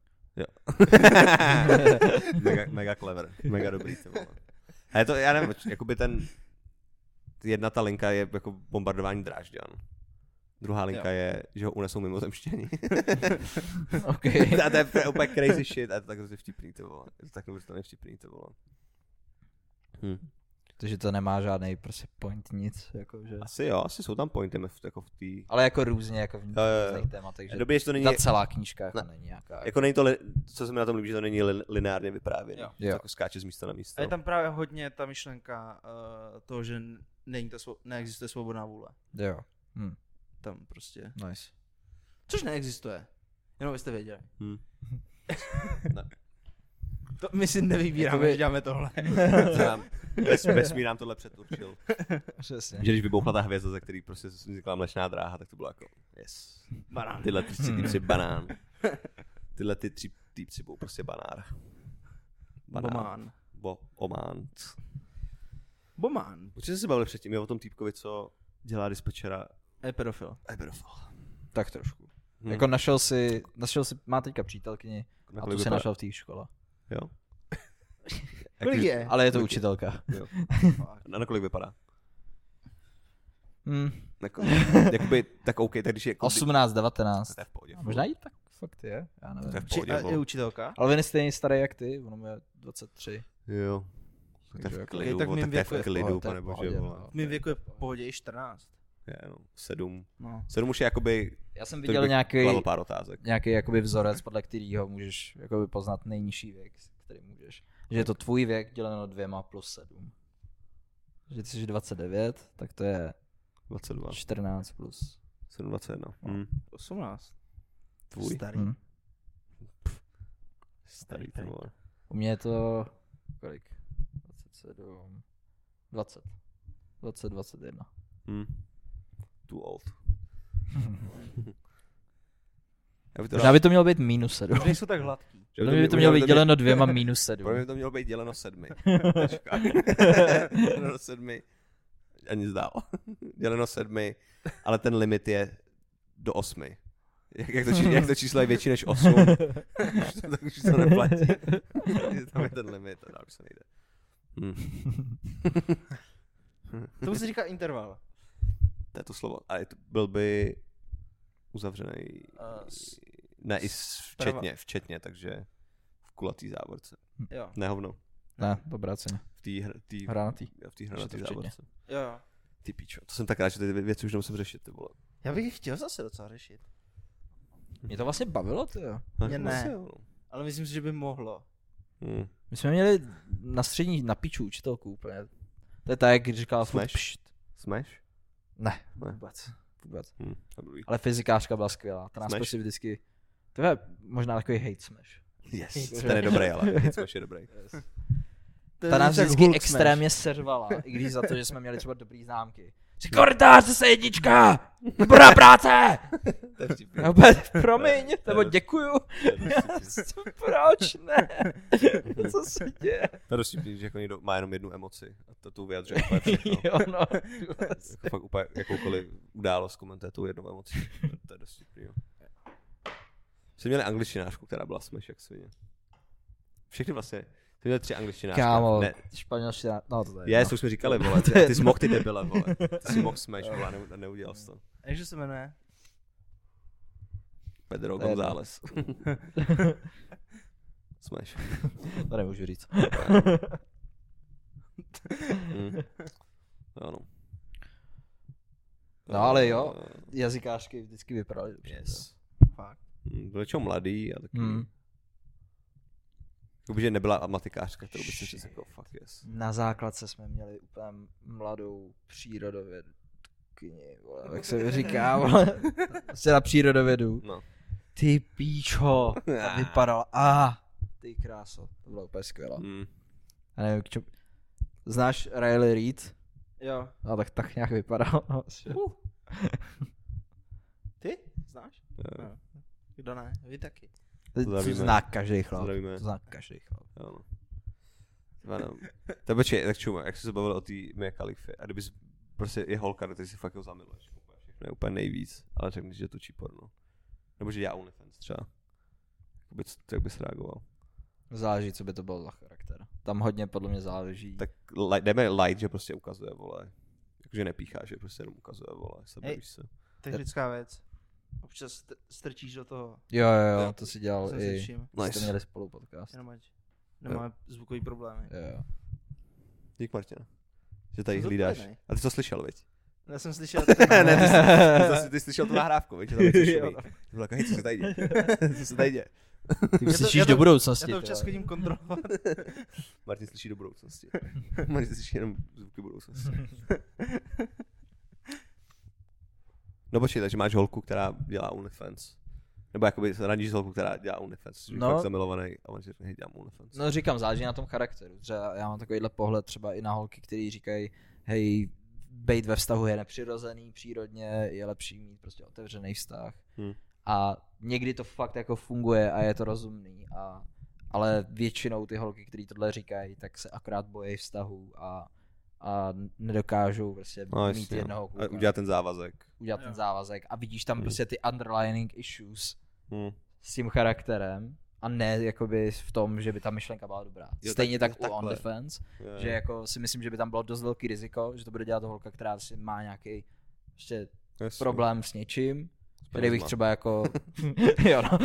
mega, mega clever, mega dobrý, ty vole. A je to, já nevím, jakoby ten, jedna ta linka je jako bombardování Drážďan. Druhá linka
Jo.
je, že ho unesou mimozemštění.
OK.
A to je úplně- úplně crazy shit a je to tak hrozně vtipný, ty vole. Je to tak neuvěřitelně vtipný, ty vole. Hm.
Takže to nemá žádný prostě point, nic. Jako, že...
Asi jo, asi jsou tam pointy v, jako v té...
Ale jako různě, jako v
Jo, jo, jo.
různých tématech, že
Dobrý, že to není,
ta celá knížka jako
Ne.
není nějaká.
jako není to, li, co se mi na tom líbí, že to není li, lineárně vyprávěné.
Jo.
To
Jo.
jako skáče z místa na místo.
A je tam právě hodně ta myšlenka uh, toho, že není to svo- neexistuje svobodná vůle.
Jo. Hm.
Tam prostě.
Nice.
Což neexistuje. Jenom byste věděli.
Hm. Ne.
To my si nevybíráme,
Jakoby-
že děláme tohle.
Co nám, ves, vesmír nám tohle předurčil.
Přesně.
Že když vybouchla ta hvězda, ze který prostě vznikla mlečná dráha, tak to bylo jako, yes.
Banán.
Tyhle ty tři týpci banán. Tyhle ty tři týpci budou prostě banár.
Bomán.
Bo, omán.
Bomán.
Určitě jsme se bavili předtím, je o tom týpkovi, co dělá dispečera.
A je pedofil.
A je pedofil.
Tak trošku.
Hm.
Jako našel si, našel si, má teďka přítelkyni a
Na
tu
kolik
si
vypadá?
našel v té škole.
Jo.
Kolik je?
Ale je to
Kolik
učitelka.
Jo. Na, na kolik vypadá?
Hm.
Jako, jakoby, tak OK, tak když je... Jako,
osmnáct, devatenáct.
To je v pohodě.
A možná i tak fakt je, já nevím.
To je v
Či,
pohodě,
a je
vole.
učitelka?
Ale on je stejně starý jak ty, ono je dvacet tři.
Jo. Tak to je
Takže
v
jako-
klidu,
tak
vole,
mým
tak to je v
věku je-
klidu,
to je v
pane bože,
pohodě,
vole.
no.
V mým věku je v pohodě i čtrnáct.
Je, no, sedm.
No.
Sedm už je jakoby...
Já jsem
to
viděl
bych
nějaký,
kladl pár otázek.
nějaký jakoby vzorec, podle kterého můžeš jakoby poznat nejnižší věk, který můžeš. Že je to tvůj věk děleno dvěma plus sedm. Že ty jsi dvacet devět, tak to je
dvacet dva.
čtrnáct plus.
sedm, dvacet jedna.
No.
Hm.
osmnáct.
Tvůj.
Starý.
Hm.
Starý, ty vole.
U mě je to kolik? dvacet sedm, dvacet. dvacet, dvacet jedna.
Hm. Too old. Já by to
Možná by to mělo být minus sedm.
Už nejsou tak hladký.
že
Možná by to mělo být děleno dvěma minus sedm.
Pro mě by to mělo být děleno sedmi. Tečka. Děleno sedmi. A nic dál. Děleno sedmi, ale ten limit je do osmi. Jak, jak, to, číslo, jak to číslo je větší než osm, tak už to neplatí. Tam je ten limit a dál už se nejde. Hm.
To se říká interval.
To je to slovo. A je to, byl by uzavřený,
Uh, s-
ne, i s- včetně, včetně, takže v kulatý závorce.
Jo.
Ne hovno.
Ne, dobrá cena.
V té hr, tý,
Hranatý.
jo, v té
Že to
hranatý
včetně.
závorce.
Jo, jo.
Ty píčo. To jsem tak rád, že ty věci už nemusím řešit, ty vole.
Já bych je chtěl zase docela řešit.
Mě to vlastně bavilo, ty jo.
Mě ne.
Asi jo, no.
Ale myslím si, že by mohlo.
Hmm.
My jsme měli na střední na piču učitelku úplně. To je tak, jak říkala furt
Smash?
pšt.
Smash?
Ne,
Ne.
vůbec. Vůbec.
Hm, dobrý.
Ale fyzikářka byla skvělá. Ta nás
Smash?
prostě vždycky... To je možná takový hate smash.
Yes, ten je dobrý, ale hit smash je dobrý.
To je
Ta nás
tak
vždycky
Hulk
extrémně servala, i když za to, že jsme měli třeba dobrý známky. Sekuritář, zase jednička! Dobrá práce!
To je vtipný.
Já úplně, promiň, nebo děkuju.
To je dost vtipný.
Proč ne? Co se děje?
To je dost vtipný, že jako někdo má jenom jednu emoci a to tu vyjadřuje úplně všechno.
Jo, no.
Jako fakt úplně jakoukoliv událost komentuje tou jednou emocí. To je dost vtipný, jo. Jsme měli angličtinářku, která byla smash jak svině. Všechny vlastně. Jsme měli tři angličtinářky.
Kámo,
Ne.
španělština, no to je.
Je, to už jsme říkali, vole. Ty, ty jsi mohl ty debile, vole. Ty jsi mohl smash, vole, a ne, a neudělal jsi to.
Takže se jmenuje?
Pedro
To je jedno.
González. Smash.
To nemůžu říct.
Mm. Ano.
No ale jo, jazykářky vždycky vypadaly dobře.
Yes.
Fakt.
Mm, Byl čeho mladý a taky.
Hmm.
Jakoby, že nebyla matikářka, kterou by si říct jako fuck yes.
Na základce jsme měli úplně mladou přírodovědkyni, vole, jak se říká, vole. Prostě na přírodovědu.
No.
Ty píčo, ta vypadala, a ah, ty kráso, to bylo úplně skvělé.
Mm.
A nevím, k čemu... Znáš Riley Reid?
Jo.
No tak tak nějak vypadal.
Uh. Ty? Znáš?
Jo.
No. Kdo ne? Vy taky.
To
Zdravíme.
zná každý chlap.
Zdravíme.
To zná každý chlap.
Jo, no. Ano. To počkej, tak čum, jak jsi se bavil o té Mia Khalify a kdybys prostě je holka, do té si fakt ho zamiluješ. Úplně všechno je úplně nejvíc, ale řekneš, že točí porno. Nebo že dělá OnlyFans třeba. Jakoby, co- jak bys reagoval?
Záleží, co by to bylo za charakter. Tam hodně podle mě záleží.
Tak li- jdeme light, že prostě ukazuje, vole. Jakože nepíchá, že prostě jenom ukazuje, vole. Sebavíš se.
Technická věc. Občas st- strčíš do toho.
Jo, jo,
Jo.
jo, to si dělal
Jsem
i...
slyším.
Jste
Nice.
měli spolu podcast.
Jenom ať nemáme zvukový problémy.
Jo, jo.
Dík, Martina. Že tady
Jsem
hlídáš.
zodpovědnej.
A ty to slyšel, viď?
Já jsem slyšel...
ne, ty, jsi, ty, jsi, ty jsi slyšel tu nahrávku, viď? Že tam něco
Jo.
šumí. Ty byl jako, hej, co se tady děje? Co se tady děje?
Ty
Já to-
slyšíš
já
do
to-
budoucnosti.
Já to
ty
občas
vole.
chodím kontrolovat.
Martin slyší do budoucnosti. Martin slyší jenom zvuky budoucnosti. No počkej, takže máš holku, která dělá OnlyFans. Nebo jakoby se radíš s holku, která dělá OnlyFans. Jsi
No.
fakt zamilovaný a on řekne, hej, dělám OnlyFans.
No říkám, záleží na tom charakteru. Třeba já mám takovýhle pohled třeba i na holky, kteří říkají, hej, bejt ve vztahu je nepřirozený, přírodně je lepší mít prostě otevřený vztah.
Hmm.
A někdy to fakt jako funguje a je to rozumný. A, ale většinou ty holky, které tohle říkají, tak se akorát bojí vztahu a, a nedokážou prostě
No,
mít
jasně,
jednoho
no.
kluka.
A udělat ten závazek.
udělat
Jo.
ten závazek a vidíš tam
Hmm.
prostě ty underlining issues
Hmm.
s tím charakterem a ne jakoby v tom, že by ta myšlenka byla dobrá.
Jo,
Stejně
tak-
tak,
takhle.
u OnlyFans,
Jo,
že
jo.
jako si myslím, že by tam bylo dost velký riziko, že to bude dělat holka, která si má nějaký ještě
Jasně.
problém s něčím, který bych
penězma.
třeba jako... jo, no.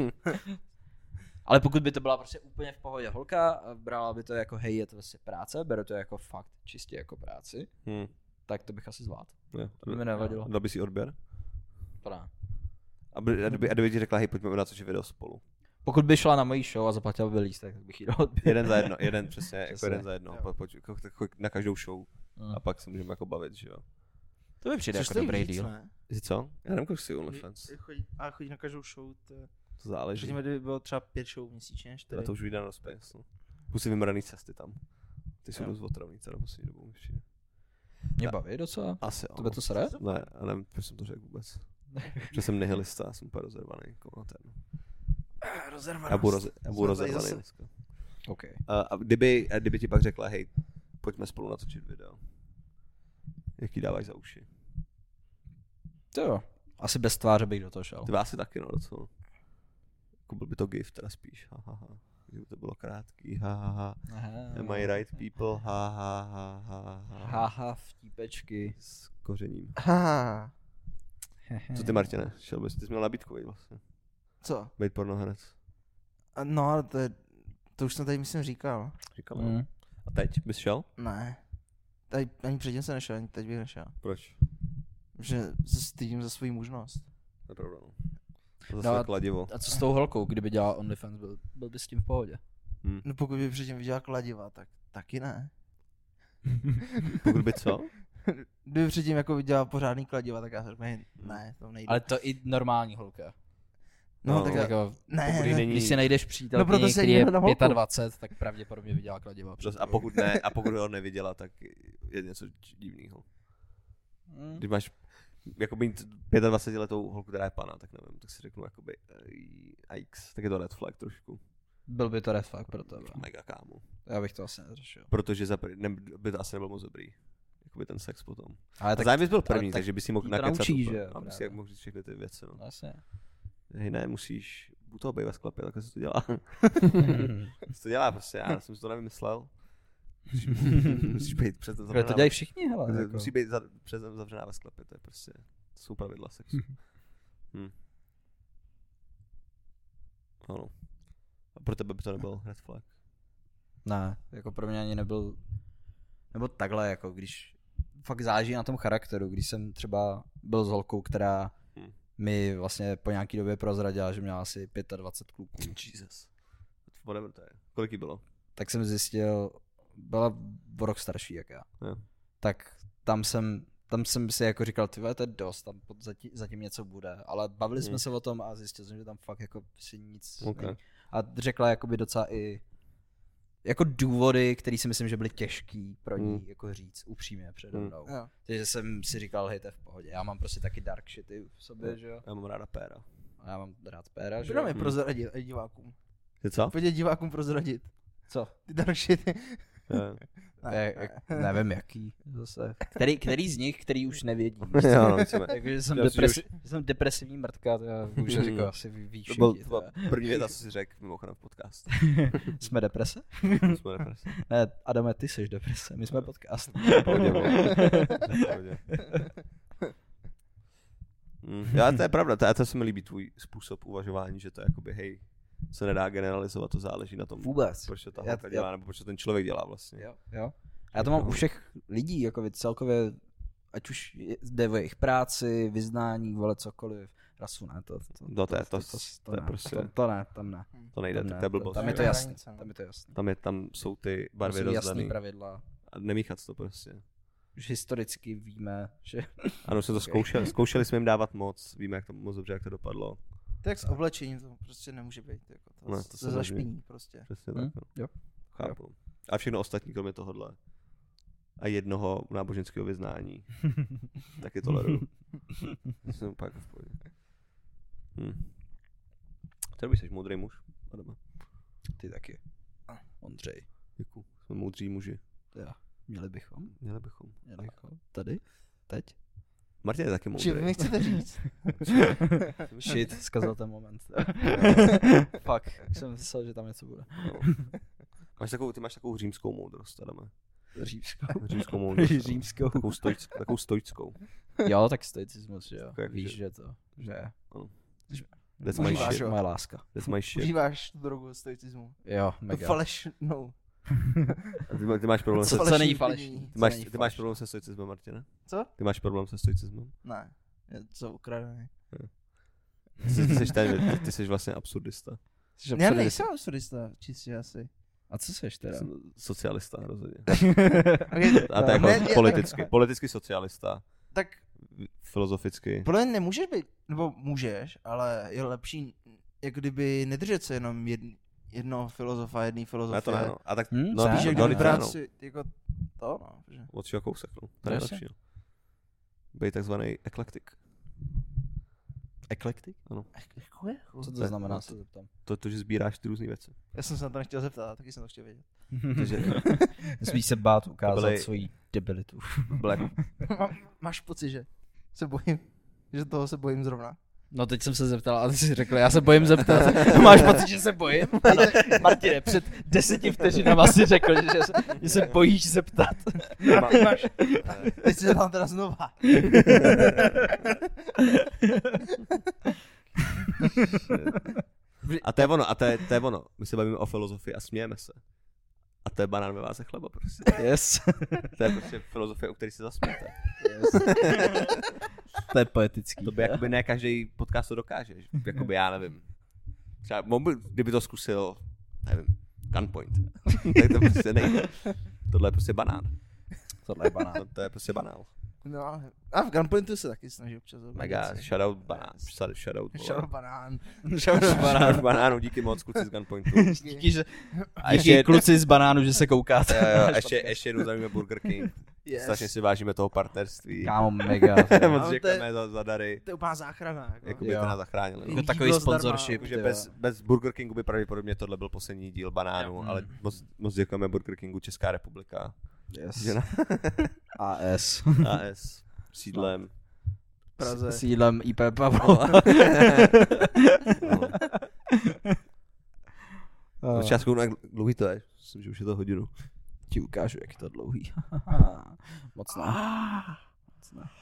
Ale pokud by to byla prostě úplně v pohodě holka a brala by to jako hej, je to vlastně práce, beru to jako fakt čistě jako práci,
Hmm.
tak to bych asi zvládl.
Jo.
To by mi nevadilo.
Dal by si odběr?
To ne.
A by, a kdyby, a kdyby ti řekla, hej, pojďme natočit video spolu.
Pokud by šla na mojí show a zaplatila by lístek, tak bych jí dal odběr.
Jeden za jedno, jeden přesně, jako
Přesně.
jeden za jedno.
Jo.
Po, pojď, jako, tak choď na každou show
Mm.
a pak se můžeme jako bavit, že jo.
To by přijde
Což
jako
stojí
dobrý
víc,
deal.
ne?
Že co? Já nevím, kolik si OnlyFans.
Chodí, a chodí na každou show, to je...
To záleží.
Řekněme, kdyby bylo třeba pět show měsíčně,
A
čtyři.
to už vyjde na dost peněz, no. Plus si vymraný cesty tam. Ty jsou
Jo.
dost otravný teda poslední dobou ještě.
Mě baví docela.
Asi jo.
To by to sere?
Ne, a nevím, proč jsem to řekl vůbec. Že jsem nihilista, já jsem úplně rozervaný. Jako na ten.
Rozervanost.
Já budu, roze, já budu
Jsme tady
rozervaný
zase.
dneska.
OK.
A, a, kdyby, a kdyby ti pak řekla, hej, pojďme spolu natočit video. Jaký dáváš za uši?
To jo. Asi bez tváře bych do toho šel.
Ty asi taky, no, docela. Jako byl by to gif, teda spíš, ha, ha, ha. Kdyby to bylo krátký, ha, ha, ha.
Aha.
Am I right people, ha, ha, ha, ha, ha.
Haha, vtípečky.
S kořením.
Ha.
Co ty, Martine? Šel bys, ty jsi měl nabídku, viď, vlastně.
Co?
Bejt pornoherec.
A No, ale to je... To už jsem tady myslím říkal.
Říkal,
Mm.
mm. A teď bys šel?
Ne. Tady ani předtím jsem nešel, ani teď bych nešel.
Proč?
Že se stydím za svoji mužnost.
To je pravda, no. To
No
zase
a-
kladivo.
A co s tou holkou, kdyby dělala OnlyFans, byl, byl by s tím v pohodě?
Hm.
No pokud by předtím viděla kladiva, tak taky ne.
Pokud by co?
Kdyby předtím jako viděla pořádný kladiva, tak já řeknu, ne, to nejde.
Ale to i normální holka.
no,
no,
tak
tak
já,
Jako,
ne,
pokud jí
ne,
není-
když si najdeš
No, proto
přítelkyni,
se
který je
jmenuje na holku.
dvacet pět, tak pravděpodobně viděla kladiva.
A pokud ne, a pokud ho neviděla, tak je něco divného.
Mm.
Když máš jako mít dvacet pět letou holku, která je pana, tak nevím, tak si řeknu jakoby A X, tak je to red flag trošku.
Byl by to red flag pro tebe.
Mega kámo.
Já bych to asi neřešil.
Protože za prv, ne, by to asi nebyl moc dobrý. Jakoby ten sex potom.
Ale
Tak, zájem bys byl první,
tak
takže bys si mohl
jí to
nakecat.
naučí,
úplně.
že jo,
A bys si
právě.
jak mohl říct všechny ty věci, no.
Vlastně.
Hej, ne, musíš u toho být ve sklepě, takhle se to dělá. se to dělá prostě, já jsem si to nevymyslel. Musíš, musíš být před
Ale
zavřená.
to dělají všichni, hele.
Musí
Jako.
Musí být za, před zavřená ve sklepě, to je prostě, to jsou pravidla sexu. hm. Ano. A pro tebe by to nebyl red flag.
Ne, jako pro mě ani nebyl, nebo takhle, jako když fakt záleží na tom charakteru, když jsem třeba byl s holkou, která
Hmm.
mi vlastně po nějaký době prozradila, že měla asi dvacet pět kluků,
Jesus. Whatever to je. Kolik jí bylo?
tak jsem zjistil, byla o rok starší jak já,
Jo.
tak tam jsem, tam jsem si jako říkal, ty vole, to je dost, tam pod- zatím, zatím něco bude, ale bavili jsme
Hmm.
se o tom a zjistil jsem, že tam fakt jako si nic
Okay.
není. A řekla jakoby docela i jako důvody, které si myslím, že byly těžký pro ní
Hmm.
jako říct upřímně přede
Hmm.
mnou.
Jo.
Takže jsem si říkal, hej, to je v pohodě. Já mám prostě taky dark shity v sobě,
Jo.
že jo.
Já mám ráda péra.
A já mám rád péra, že
Kdo
jo.
mi
Hmm.
prozradit i divákům?
Je co?
Pojď divákům prozradit.
Co?
Ty další.
Jo.
Ne, jak, nevím jaký zase. Který, který z nich, který už nevědí.
Jo, no, víceme.
Takže jsem,
Já si
depresi- jsem depresivní mrtka, to já už říkal, asi ví, ví
To byl
všichni.
to
to
byla první věta, co jsi řekl mimochodem v podcastu.
je. Jsme deprese?
Jsme depresi.
Ne, Adame, ty jsi deprese, my jsme podcast.
Pohodě, vole. Pohodě. Mm, já, to je pravda, to, to se mi líbí tvůj způsob uvažování, že to je jakoby, hej, se nedá generalizovat, to záleží na tom,
Vůbec.
proč to ta
Já-
holka
já-
dělá, nebo proč to ten člověk dělá vlastně.
Jo, jo. A já to mám u všech lidí, jako vy celkově, ať už je- jde o jejich práci, vyznání, vole cokoliv, rasu ne, to, to,
No to je- to- to je
ne,
prostě-
to, to ne, tam ne.
To nejde,
Tam
tak
ne,
to je blbost.
Tam je to
To je
jasný,
hranice, no.
tam je to jasný.
Tam, je, tam jsou ty
Tam
barvy
jsou jasný
rozdaný
pravidla.
a nemíchat to prostě.
Už historicky víme, že...
Ano, jsme to
Ok.
zkoušeli, zkoušeli jsme jim dávat moc, víme jak to moc dobře, jak to dopadlo.
To jak s oblečením, to prostě nemůže být. Jako to,
Ne,
ne,
to
to
se
se
nezmění.
zašpiní prostě.
Přesně
Hm?
tak, no.
Jo.
Chápu. A všechno ostatní, kromě tohohle. A jednoho náboženského vyznání. Taky toleruju. Jsem úplně jako v pohodě. Hm. Ty jsi moudrý muž, Adama.
Ty taky. Ondřej.
Děkuju. Jsme moudří muži.
Já. Měli bychom.
Měli bychom.
Měli bychom. Tady? Teď?
Martin je taky moudrý.
Či vy mi chcete říct?
Shit, zkazil ten moment. Fuck, jsem myslel, že tam něco bude.
No. Máš takovou, ty máš takovou římskou moudrost, Adame.
Římskou.
Římskou moudrost. ano.
Římskou.
Takovou, stoickou, takovou stoickou.
Jo, tak stoicismus, že jo.
Jako jak-
Víš, že to, že
That's my
Užíváš
shit.
ho.
moje láska.
That's my shit.
Užíváš tu drogu stoicismu.
Jo,
Tu
mega.
falešnou.
A Ty, má- ty máš problém
Co,
se...
co
falešný
není
umění.
falešný?
Ty
Co
máš,
není
ty máš
falešný?
problém se stoicismem, Martina?
Co?
Ty máš problém se stoicismem?
Ne. Je to ukradený.
Ty, jsi- ty, jsi, ten, ty, ty jsi vlastně absurdista.
Jsi
Já
absurdista.
nejsem absurdista, čistě asi.
A co seš teda?
Jsem socialista rozhodně.
Okay.
A to je jako
Ne, ne,
politicky. Politicky socialista.
Tak
Filozoficky.
podle mě nemůžeš být, nebo můžeš, ale je lepší, jak kdyby nedržet se jenom jedn, jednoho filozofa, jedný filozofie.
Ne, to ne, no. A tak,
Hm,
no,
co?
víš,
Spíš,
jak
jak
no,
kdyby
brát
brát si, jako to, no. Že...
od čeho kousek, no. To je
Jasně.
lepší, no. Být takzvaný eklektik.
Eklektik?
Jako je?
Co
To
to
je-
znamená,
no,
se zeptám.
To, to, že sbíráš ty různé věci.
Já jsem se na to nechtěl zeptat, taky jsem to chtěl vědět.
Takže
Nesmíš se bát ukázat
byly-
svoji debilitu.
Black,
Má, máš pocit, že se bojím, že toho se bojím zrovna.
No teď jsem se zeptal a ty jsi řekl, já se bojím zeptat. Máš pocit, že se bojím? Ano. Martine, před deseti vteřinama si řekl, že se, že se bojíš zeptat.
Máš, teď si tam teda znova.
a to je ono, a to je, to je ono. My se bavíme o filozofii a smějeme se. A to je banán ve váze chleba prostě.
Yes.
To je prostě filozofie, o který se zasmějete.
yes. To je poetický.
To by jakoby ne každý podcast to dokáže. že? Jakoby já nevím. Třeba, mohl by, kdyby to zkusil, nevím, Gunpoint. Tak to prostě nejde. Tohle je prostě banán.
Tohle je banán.
To, to je prostě banál.
No, a v Gunpointu se taky snaží občas.
Mega, shoutout banán. Shoutout, shoutout, vole.
Shoutout banán.
Shoutout
Shoutout banánu, díky moc kluci z Gunpointu.
Díky, že,
A
díky
ještě,
kluci z banánu, že se koukáte.
jo, jo, ještě, ještě jednou zavíme Burger King.
Yes.
Strašně si vážíme toho partnerství.
Kámo, mega.
Moc
Ale
děkujeme
to je-
za, za dary.
To je úplná záchrana. Jako.
Jakoby
Jo.
to nás zachránilo.
Jako
Jídlo
takový
zdarma.
sponsorship.
Jakože
ty
bez,
vole.
bez Burger Kingu by pravděpodobně tohle byl poslední díl Banánu,
Jo.
ale
Mm.
moc, moc děkujeme Burger Kingu Česká republika.
Yes.
Že na
A S.
A S sídlem.
Praze.
S sídlem I P Pavlo.
No. No, čásku, jak dlouhý to je? Myslím, že už je to hodinu.
Ti ukážu, jak je to dlouhý. Moc ne. Moc ne.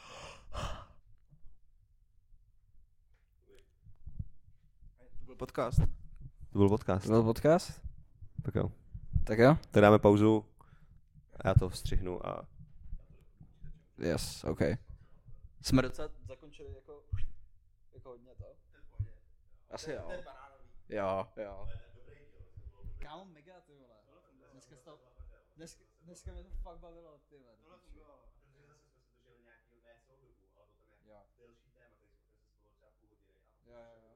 To byl podcast.
To byl podcast.
To byl podcast?
Tak jo.
Tak jo?
Tak dáme pauzu. A já to vstřihnu a...
Yes, OK. Jsme docela zakončili jako, jako hodně to? Asi jo. Jo, jo. Kámo, mega, ty vole. Dneska, to, dneska, dneska mě to fakt bavilo, ty vole. Jo. Jo, jo, jo.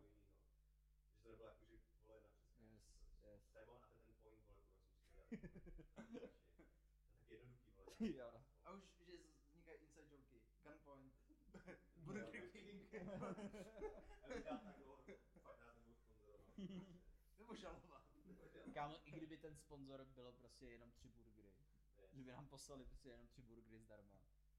Yes, yes. Jo.
A už, že vznikají inside joky. Gunpoint. Burger King. Nebo žalovat.
Kámo, i kdyby ten sponzor bylo prostě jenom tři burgery, že by nám poslali prostě jenom tři burgery zdarma.